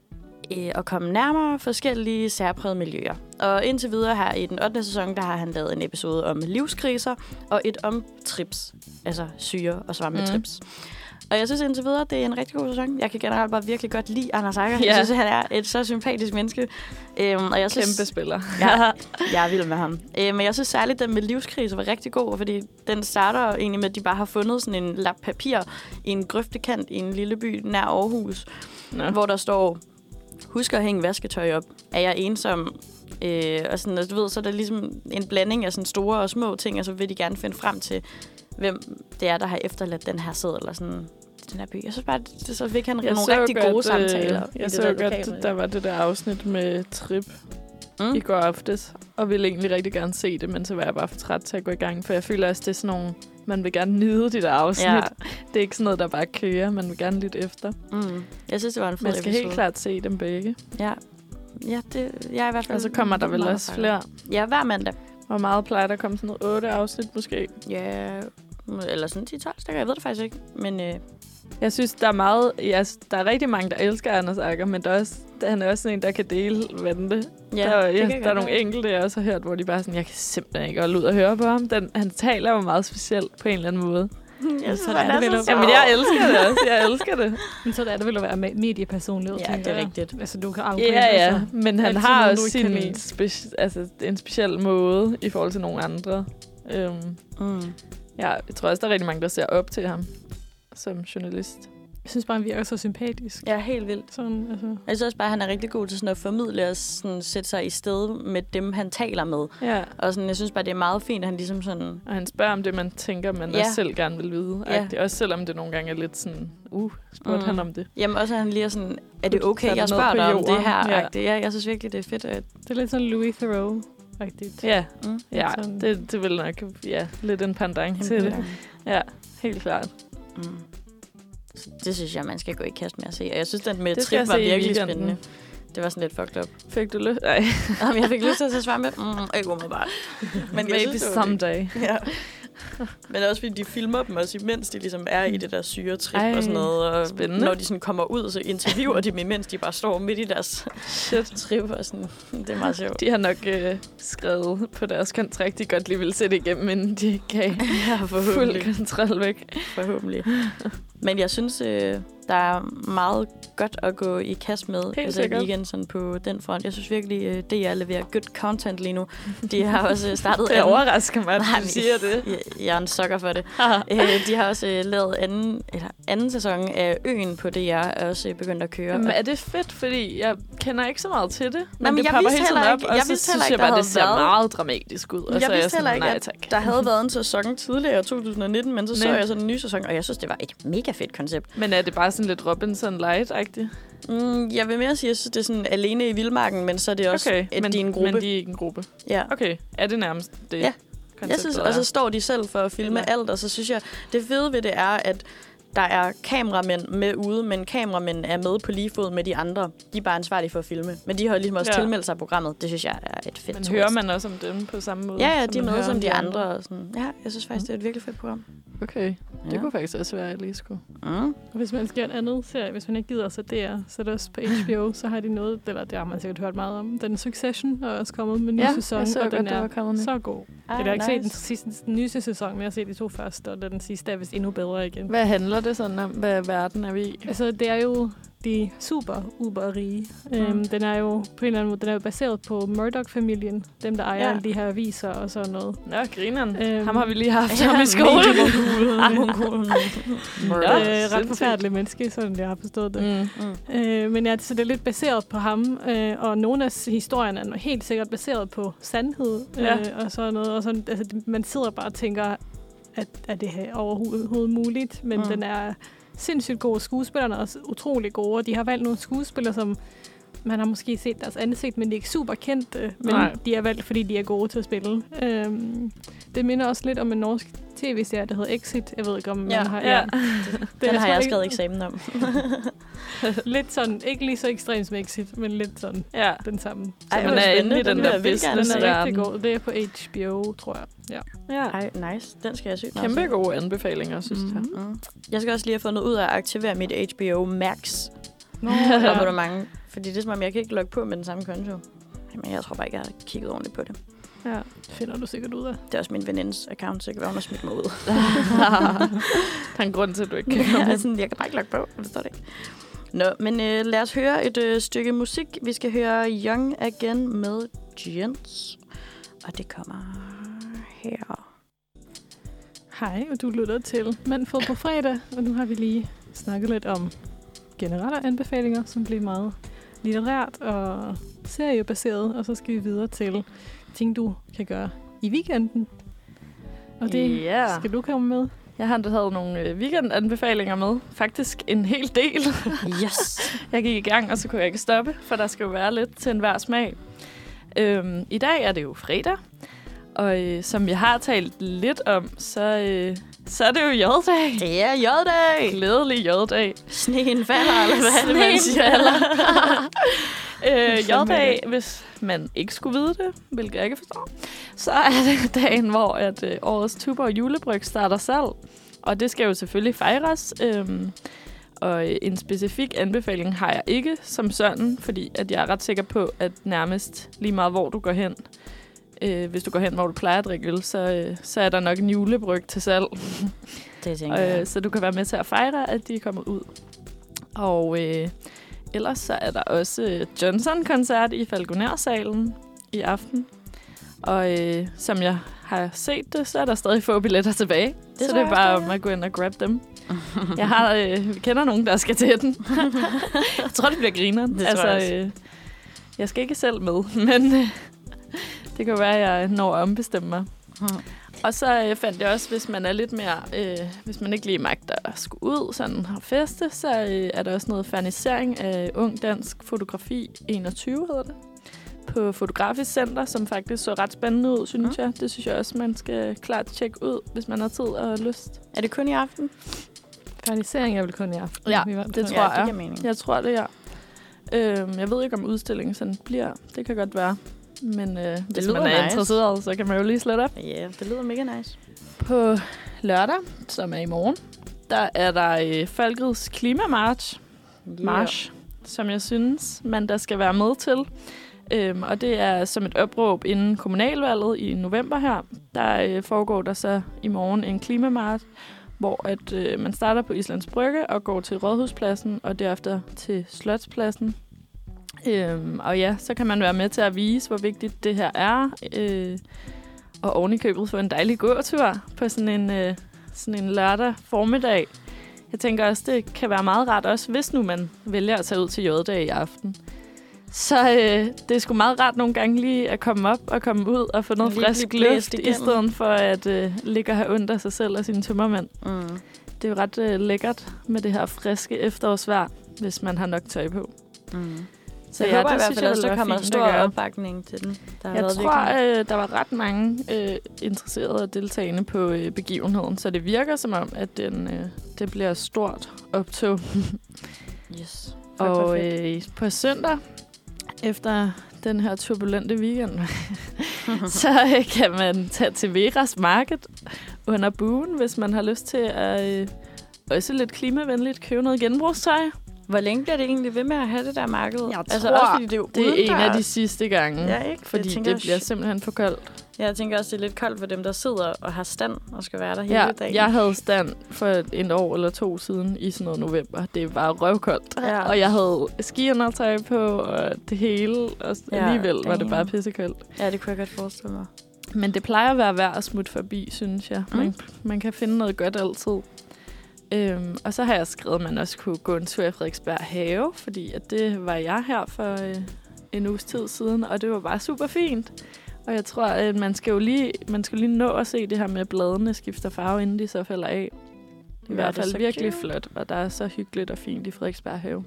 øh, og komme nærmere forskellige særprægede miljøer. Og indtil videre her i den ottende sæson, der har han lavet en episode om livskriser og et om trips, altså syre og svammetrips. Mm. Og jeg synes indtil videre, det er en rigtig god sæson. Jeg kan generelt bare virkelig godt lide Anders Agger. Ja. Jeg synes, han er et så sympatisk menneske. Øhm, og jeg synes, kæmpe spiller. Ja, jeg er vild med ham. Øhm, men jeg synes særligt, den med livskriser var rigtig god, fordi den starter egentlig med, at de bare har fundet sådan en lap papir i en grøftekant i en lille by nær Aarhus, Nå. hvor der står, husk at hænge vasketøj op. Er jeg ensom? Øh, og sådan, og du ved, så er der ligesom en blanding af sådan store og små ting, og så vil de gerne finde frem til, hvem det er, der har efterladt den her sæd, eller sådan den her by. Jeg synes bare, det så fik han nogle rigtig godt, gode samtaler. Øh, jeg så godt, at der var det der afsnit med Trip mm. i går aftes, og ville egentlig rigtig gerne se det, men så var jeg bare for træt til at gå i gang, for jeg føler også, det er sådan nogle, man vil gerne nyde de der afsnit. Ja. Det er ikke sådan noget, der bare kører, man vil gerne lytte efter. Mm. Jeg synes, det var en fed Man skal episode. helt klart se dem begge. Ja, ja det, jeg er i hvert fald... Og så kommer der vel også flere. Ja, hver mandag. Hvor meget plejer der at komme sådan noget otte afsnit måske? Ja, eller sådan ti tolv stykker, jeg ved det faktisk ikke. Men øh... jeg synes, der er meget... Ja, der er rigtig mange, der elsker Anders Agger, men der er også, der, han er også sådan en, der kan dele vente. Ja, der, ja, der er nogle enkelte, jeg også har hørt, hvor de bare sådan, jeg kan simpelthen ikke holde ud at høre på ham. Den, han taler jo meget specielt på en eller anden måde. Ja, så er det så Jamen, jeg elsker det også. Jeg elsker det. Men så er det vel at være mediepersonlighed. Ja, det er rigtigt. Altså, du kan afgøre. Ja, ja. Men han har også sin speci- altså, en speciel måde i forhold til nogle andre. Øhm, mm. Ja, jeg tror også, der er rigtig mange, der ser op til ham som journalist. Jeg synes bare, han virker så sympatisk. Ja, helt vildt. Sådan, altså. Jeg synes også bare, han er rigtig god til sådan at formidle og sådan sætte sig i sted med dem, han taler med. Ja. Og sådan, jeg synes bare, det er meget fint, at han ligesom sådan... Og han spørger om det, man tænker, man ja. også selv gerne vil vide. Ja. Også selvom det nogle gange er lidt sådan, uh, spurgte mm. han om det. Jamen også, at han lige er sådan, er det okay, jeg spørger dig om det her? Ja. Ja, jeg synes virkelig, det er fedt. At... Det er lidt sådan Louis Theroux. rigtigt. Ja, Mm. ja Sådan. det, det vil nok ja, lidt en pendant til det. Pendant. Ja, helt klart. Mm. Det synes jeg, man skal gå i kast med at se. Og jeg synes, den med Det skal Trip jeg var se i virkelig weekenden. spændende. Det var sådan lidt fucked up. Fik du lyst? Nej. Jamen, jeg fik lyst til at tage svampe. Mm, ikke umiddelbart. Men jeg Maybe synes, det var someday. Ja. Men også fordi de filmer dem også, imens de ligesom er i det der syretrip Ej, og sådan noget. Og spændende. når de sådan kommer ud, så interviewer de dem, imens de bare står midt i deres Shit. trip og sådan. Det er meget sjovt. De har nok øh, skrevet på deres kontrakt, de godt lige vil sætte igennem, inden de gav Ja, fuld kontrol væk. Forhåbentlig. Men jeg synes, øh, der er meget godt at gå i kast med altså i sikkert. weekenden sådan på den front. Jeg synes virkelig, øh, D R leverer good content lige nu. De har også startet... Det overrasker mig, at Nej, du siger det. Jeg, jeg er en sukker for det. øh, de har også øh, lavet anden, eller anden sæson af Øen på D R, er også øh, begyndt at køre. Men er det fedt, fordi jeg kender ikke så meget til det, men, Nej, men det jeg popper vidste hele tiden heller op, ikke- og jeg så vidste synes heller jeg ikke, bare, der det ser havde været- meget dramatisk ud. Og Jeg så er vidste heller sådan, ikke, nej, at tak. der havde været en sæson tidligere i to tusind nitten, men så så Nej. jeg sådan en ny sæson, og jeg synes, det var et mega fedt koncept. Men er det bare sådan lidt Robinson Light-agtigt? Mm, jeg vil mere sige, at jeg synes, det er sådan alene i vildmarken, men så er det også, Okay, at men, de er en gruppe. men de er ikke en gruppe. Ja. Okay, er det nærmest det? Ja. Jeg synes, og så står de selv for at filme Eller- alt, og så synes jeg, det fede ved det er, at der er kameramænd med ude, men kameramænd er med på lige fod med de andre. De er bare ansvarlige for at filme. Men de har ligesom også Ja. tilmeldt sig programmet. Det synes jeg er et fedt Men twist. hører man også om dem på samme måde? Ja, ja, som de er man med hører som om de andre. Og sådan. Ja, jeg synes faktisk, det er et virkelig fedt program. Okay, det Ja. kunne faktisk også være, at jeg lige skulle. Mm. Og hvis man skal have en anden serie, hvis man ikke gider, så det er, så er det også på H B O, så har de noget, eller det har man sikkert hørt meget om. Den Succession er også kommet med en ny Ja, sæson, jeg så og godt, den der er var kommet ny. så god. Ej, Jeg har ikke nice. set den, sidste, den nyeste sæson, men jeg har set de to første, og den sidste er vist endnu bedre igen. Hvad handler det sådan om? Hvad verden er vi i? Altså, det er jo de super, uber rige. Mm. Øhm, den er jo på en eller anden måde, den er jo baseret på Murdoch-familien. Dem, der ejer Ja. ja. de her aviser og sådan noget. Nå, grineren. Øhm, Ham har vi lige haft ja, ham i skolen. Ah, mongolen. Nå, Det er et ret sindssygt. forfærdeligt menneske, sådan jeg har forstået det. Mm. Mm. Øh, men ja, så det er lidt baseret på ham, øh, og nogle af historierne er helt sikkert baseret på sandhed øh, Ja. og sådan noget. Og sådan, altså, det- man sidder bare og tænker, at er det her overhovedet muligt? Men Mm. mm. den er sindssygt god. Skuespillerne er også utrolig gode, og de har valgt nogle skuespillere, som man har måske set deres ansigt, men de er ikke super kendte. Men Nej. de er valgt, fordi de er gode til at spille. Øhm, det minder også lidt om en norsk tv-serie, der hedder Exit. Jeg ved ikke, om man Ja. har... Ja. Den har jeg ikke- skrevet eksamen om. Lidt sådan, ikke lige så ekstremt som Exit, men lidt sådan Ja. den samme. Ej, Så hvor man er spændende. inde i den vil der jeg vildt gerne business se. Den er verden. rigtig god. Det er på H B O, tror jeg. Ja. Ja. Ej, nice. Den skal jeg sygt meget Kæmpe se. gode anbefalinger, synes jeg. Mm. Jeg skal også lige have fundet ud af at aktivere mit H B O Max Nå, abonnement. Fordi det er som om, jeg kan ikke logge på med den samme konto. Men jeg tror bare ikke, jeg har kigget ordentligt på det. ja. Finder du sikkert ud af. Det er også min venindes account, så jeg kan være, hun har smidt mig ud. Der er en grund til, at du ikke kan Ja, komme. sådan, jeg kan bare ikke logge på, jeg forstår det ikke. Nå, men øh, lad os høre et øh, stykke musik. Vi skal høre Young Again med Gents. Og det kommer her. Hej, og du lytter til Manfred på fredag, og nu har vi lige snakket lidt om generelle anbefalinger, som bliver meget litterært og seriebaseret, og så skal vi videre til ting, du kan gøre i weekenden. Og det Ja. skal du komme med. Jeg har taget nogle øh, weekendanbefalinger med. Faktisk en hel del. Yes! Jeg gik i gang, og så kunne jeg ikke stoppe, for der skal jo være lidt til enhver smag. Øhm, I dag er det jo fredag, og øh, som jeg har talt lidt om, så, øh, så er det jo J-dag. Det er J-dag! Glædelig J-dag. Sneen falder, eller hvad er det, man Sneen siger? falder. øh, J-dag, hvis man ikke skulle vide det, hvilket jeg ikke forstår, så er det dagen, hvor at, øh, årets Tuborg julebryg starter salg. Og det skal jo selvfølgelig fejres. Øhm, og øh, en specifik anbefaling har jeg ikke som sådan, fordi at jeg er ret sikker på, at nærmest lige meget hvor du går hen, øh, hvis du går hen, hvor du plejer at drikke øl, så, øh, så er der nok en julebryg til salg. Det tænker jeg. øh, så du kan være med til at fejre, at de er kommet ud. Og øh, ellers så er der også øh, Johnson-koncert i Falconer-salen i aften. Og øh, som jeg har set det, så er der stadig få billetter tilbage. Det så tror det er jeg bare også, om at gå ind og grab dem. Jeg har, øh, vi kender nogen, der skal til den. Jeg tror, det bliver grineren. Det tror jeg også. øh, jeg skal ikke selv med, men øh, det kan være, at jeg når at ombestemme mig. Hmm. Og så øh, fandt jeg også, hvis man er lidt mere, øh, hvis man ikke lige magter at skulle ud sådan og feste, så øh, er der også noget fernisering af Ung Dansk Fotografi enogtyve, hedder det, på Fotografisk Center, som faktisk så ret spændende ud, synes mm. jeg. Det synes jeg også, man skal klart tjekke ud, hvis man har tid og lyst. Er det kun i aften? Fernisering er vel kun i aften. Ja, vi var, det tror ja, jeg. Det mening. Jeg tror det, ja. Øhm, jeg ved ikke, om udstillingen sådan bliver. Det kan godt være. Men øh, hvis man er nice. interesseret, så kan man jo lige slå op. Ja, yeah, det lyder mega nice. På lørdag, som er i morgen, der er der øh, Folkets Klimamarch, Yeah. March, som jeg synes, man der skal være med til. Øhm, og det er som et opråb inden kommunalvalget i november her. Der øh, foregår der så i morgen en klimamarch, hvor at, øh, man starter på Islands Brygge og går til Rådhuspladsen og derefter til Slotspladsen. Øhm, og ja, så kan man være med til at vise, hvor vigtigt det her er. Øh, og oven i købet få en dejlig gåtur på sådan en, øh, sådan en lørdag formiddag. Jeg tænker også, det kan være meget rart også, hvis nu man vælger at tage ud til J-dag i aften. Så øh, det er sgu meget rart nogle gange lige at komme op og komme ud og få noget lige frisk luft, i stedet for at øh, ligge her under sig selv og sine tømmermænd. Mm. Det er jo ret øh, lækkert med det her friske efterårsvejr, hvis man har nok tøj på. Mm. Så Så jeg ja, håber det i hvert synes fald, jeg, at det der vil kommer være fint stor at gøre. opbakning til den. Der har Jeg været tror, øh, der var ret mange øh, interesserede og deltagende på øh, begivenheden, så det virker som om, at den, øh, det bliver stort optog. Yes. Og øh, på søndag, efter den her turbulente weekend, så øh, kan man tage til Veras Market under buen, hvis man har lyst til at øh, også lidt klimavenligt købe noget genbrugstøj. Hvor længe bliver det egentlig ved med at have det der marked? Jeg altså, tror, også fordi det er, jo det er en af udendørs. de sidste gange, Ja, ikke? fordi Jeg tænker, det bliver simpelthen for koldt. Ja, jeg tænker også, det er lidt koldt for dem, der sidder og har stand og skal være der hele Ja, dagen. jeg havde stand for et år eller to siden i sådan noget november. Det var røvkoldt. Ja. Og jeg havde skiundertøj på og det hele, og Ja, alligevel var det damn. bare pissekoldt. Ja, det kunne jeg godt forestille mig. Men det plejer at være værd at smutte forbi, synes jeg. Mm. Man, man kan finde noget godt altid. Øhm, og så har jeg skrevet, at man også kunne gå en tur i Frederiksberg Have, fordi at det var jeg her for øh, en uges tid siden, og det var bare super fint. Og jeg tror, at man skal jo lige, man skal lige nå at se det her med, at bladene skifter farve, inden de så falder af. Det er i Ja, hvert det er fald så virkelig cute. flot, og der er så hyggeligt og fint i Frederiksberg Have.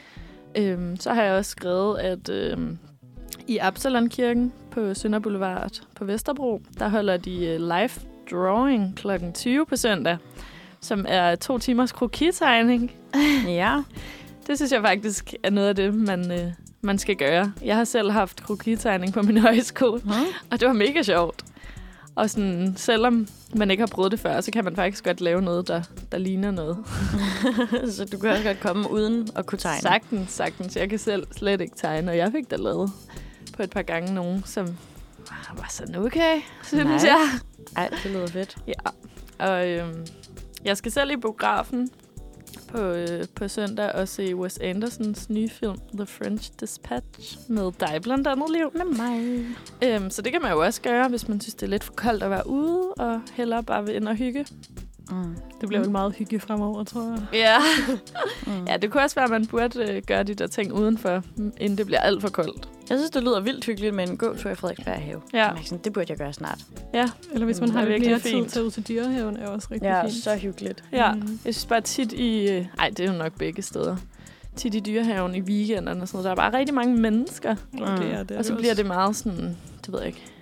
Øhm, så har jeg også skrevet, at øhm, i Absalon-kirken på Sønder Boulevard på Vesterbro, der holder de øh, live drawing klokken tyve på søndag, som er to timers krokitegning. Ja. Det synes jeg faktisk er noget af det, man, øh, man skal gøre. Jeg har selv haft krokitegning på min højskole, mm. og det var mega sjovt. Og sådan, selvom man ikke har prøvet det før, så kan man faktisk godt lave noget, der, der ligner noget. Så du kan også godt komme uden at kunne tegne? Sagtens, sagtens. Jeg kan selv slet ikke tegne, og jeg fik da lavet på et par gange nogen, som var sådan okay, synes Nej. jeg. Ej, det lyder fedt. Ja, og øhm, jeg skal selv i biografen på, øh, på søndag og se Wes Andersons nye film, The French Dispatch, med dig blandt andet, Liv. Med mig. Øhm, så det kan man jo også gøre, hvis man synes, det er lidt for koldt at være ude, og hellere bare vil ind og hygge. Mm. Det bliver vel meget hygge fremover, tror jeg. Ja. Mm. Ja, det kunne også være, at man burde øh, gøre de der ting udenfor, inden det bliver alt for koldt. Jeg synes, det lyder vildt hyggeligt med en gåtur i Frederiksberg Have. Ja. Sådan, det burde jeg gøre snart. Ja. Eller hvis man Mm, har det er lidt mere virkelig tid fint. til ud til Dyrehaven, er også rigtig Ja, fint. så hyggeligt. Ja, Mm. jeg synes bare tit i... Øh, ej, det er jo nok begge steder. Tit i Dyrehaven i weekenderne og sådan noget. Der er bare rigtig mange mennesker. Mm. Det er det Og så også. bliver det meget sådan... Det ved jeg ikke.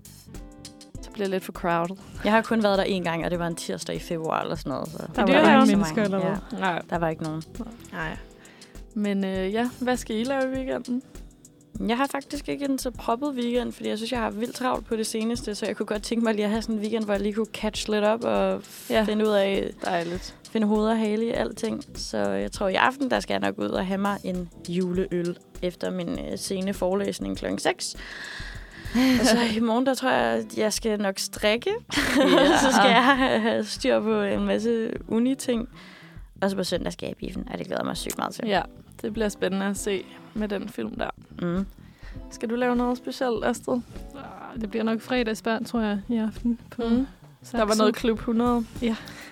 Så bliver det lidt for crowded. Jeg har kun været der en gang, og det var en tirsdag i februar eller sådan noget. Så Der var ikke ingen så mennesker, mange. eller Ja, Nej. der var ikke nogen. Nej. Men øh, ja, hvad skal I lave i weekenden? Jeg har faktisk ikke en så proppet weekend, fordi jeg synes, jeg har vildt travlt på det seneste, så jeg kunne godt tænke mig lige at have sådan en weekend, hvor jeg lige kunne catch lidt op og Ja. finde ud af, Dejligt. finde hoved og hale i alting. Så jeg tror, i aften, der skal jeg nok ud og have mig en juleøl efter min øh, sene forelæsning klokken seks. Og så i morgen, der tror jeg, at jeg skal nok strikke. Ja. Så skal jeg have, have styr på en masse uni-ting. Og så på søndag skal jeg i biffen, og det glæder jeg mig sygt meget til. Ja, det bliver spændende at se med den film der. Mm. Skal du lave noget specielt, Astrid? Ah, Det bliver nok fredagsbørn, tror jeg, i aften. På Mm. Der var noget Klub hundrede. Ja.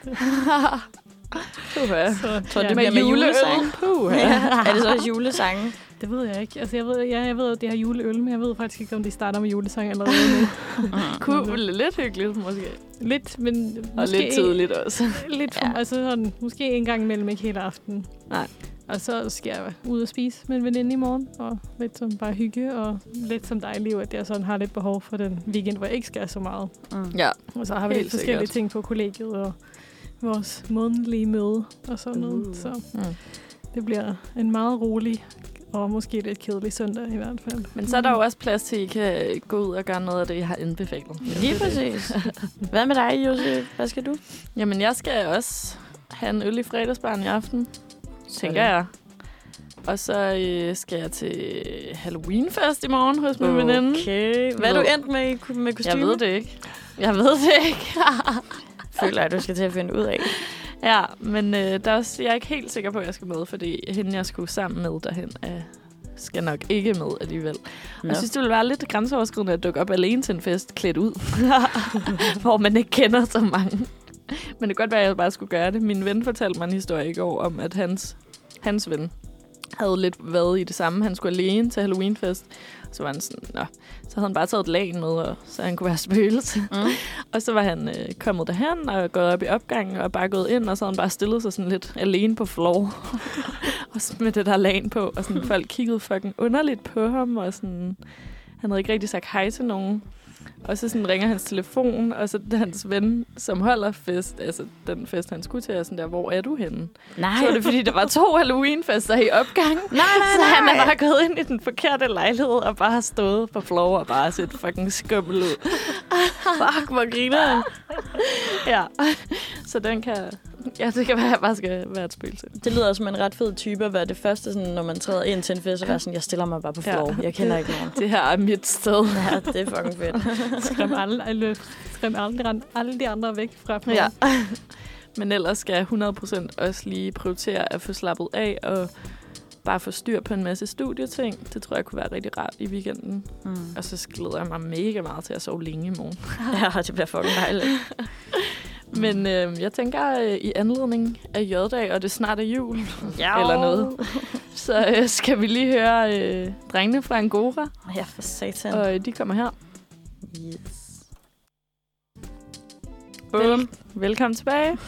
Puha. Så, Tror du, ja, det bliver med julesange? Puha. Ja. Er det så også julesange? det ved jeg ikke. Altså, jeg ved, ja, jeg ved, at det har juleøl, men jeg ved faktisk ikke, om de starter med julesang allerede nu. Kunne lidt hyggeligt, måske. Lidt, men Og måske lidt tidligt også. Lidt for, Ja. altså sådan, måske en gang imellem, ikke hele aften. Nej. Og så skal jeg ud og spise med en veninde i morgen, og lidt som bare hygge, og lidt som dig, Liv, at jeg sådan har lidt behov for den weekend, hvor jeg ikke skal så meget. Mm. Ja, og så har vi lidt forskellige sikkert. ting på kollegiet, og vores månedlige møde, og sådan noget. Uh. Så mm. det bliver en meget rolig, og måske lidt kedelig søndag i hvert fald. Men så er der jo også plads til, at I kan gå ud og gøre noget af det, jeg har anbefalet. Lige præcis. Hvad med dig, Josef? Hvad skal du? Jamen, jeg skal også have en øl i fredagsbaren i aften, tænker jeg. Og så øh, skal jeg til Halloweenfest i morgen hos min okay. veninde. Okay. Hvad er du endt med med kostyme? Jeg ved det ikke. Jeg ved det ikke. Føler jeg, du skal til at finde ud af. Ja, men øh, der er også, jeg er ikke helt sikker på, at jeg skal med, fordi hende, jeg skulle sammen med derhen, øh, skal nok ikke med alligevel. Og no. jeg synes, det ville være lidt grænseoverskridende at dukke op alene til en fest, klædt ud, hvor man ikke kender så mange. Men det kan godt være, at jeg bare skulle gøre det. Min ven fortalte mig en historie i går om, at hans, hans ven havde lidt været i det samme. Han skulle alene til Halloweenfest. Så var han sådan, nå, så havde han bare taget et lagen med, og så han kunne være spøgelse. Mm. og så var han øh, kommet derhen og gået op i opgangen og bare gået ind, og så havde han bare stillet sig sådan lidt alene på floor. og med det der lagen på, og sådan folk kiggede fucking underligt på ham, og sådan, han havde ikke rigtig sagt hej til nogen. Og så sådan ringer hans telefon, og så hans ven, som holder fest, altså den fest, han skulle til, er sådan der, hvor er du henne? Nej. Så var det, fordi der var to Halloween-fester i opgang. Nej, nej, så nej. han er bare gået ind i den forkerte lejlighed, og bare stået på floor, og bare set fucking skummel ud. Fuck, hvor griner han. Ja, så den kan... Ja, det kan være, at jeg bare skal være et spil til. Det lyder som en ret fed type at være det første, sådan, når man træder ind til en fest, og være sådan, jeg stiller mig bare på floor. Ja. Jeg kender ikke nogen. Det her er mit sted. Ja, det er fucking fedt. Skræm alle, skræm alle, alle de andre væk fra floor. Ja. Men ellers skal jeg hundrede procent også lige prioritere at få slappet af og bare få styr på en masse studieting. Det tror jeg kunne være rigtig rart i weekenden. Mm. Og så glæder jeg mig mega meget til at sove længe i morgen. Ja, det bliver fucking dejligt. Men øh, jeg tænker øh, i anledning af J-dag, og det snart er jul, ja. eller noget, så øh, skal vi lige høre øh, drengene fra Angora. Ja, for satan. Og øh, de kommer her. Yes. Vel- Velkommen tilbage.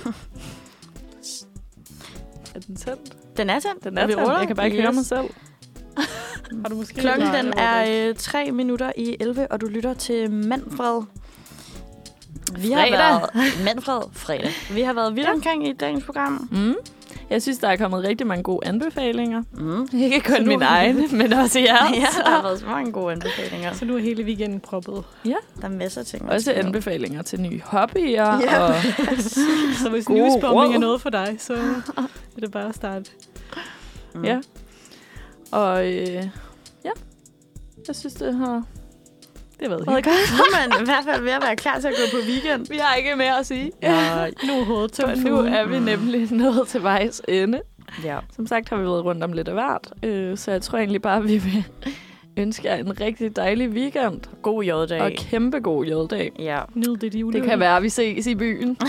Er den tændt? Den er tændt. Den er tændt. Jeg kan bare ikke yes. høre mig selv. Har du måske Klokken den er øh, tre minutter i elleve, og du lytter til Manfred. Vi har fredag. været Manfred fredag. Vi har været vidt ja. omkring i dagens program. Mm. Jeg synes, der er kommet rigtig mange gode anbefalinger. Mm. Ikke kun mine egne, men også jeres. Ja, der har været så mange gode anbefalinger. Så nu er hele weekenden proppet. Ja. Der er masser af ting. Også anbefalinger til nye hobbyer. Ja. Og så hvis newsbombing er noget for dig, så er det bare at starte. Mm. Ja. Og øh, ja, jeg synes, det har... Det har været godt. Nu er man i hvert fald ved at være klar til at gå på weekend. Vi har ikke mere at sige. Ja, nu er hovedet tømt. Nu er vi nemlig nået til vejs ende. Ja. Som sagt har vi været rundt om lidt af hvert. Øh, så jeg tror egentlig bare, at vi vil ønske jer en rigtig dejlig weekend. God J-dag. Og kæmpe god J-dag. Ja. Nyd det, de Det kan være, at vi ses i byen.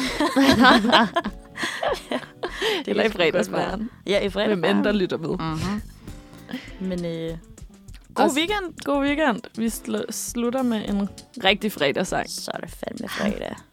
ja. Eller i fredagsbaren. Ja, i fredagsbaren. Hvem end der lytter med. Mm-hmm. Men øh, god Også, weekend. God weekend. Vi sl- slutter med en rigtig fredagssang. Så er det fandme fredag.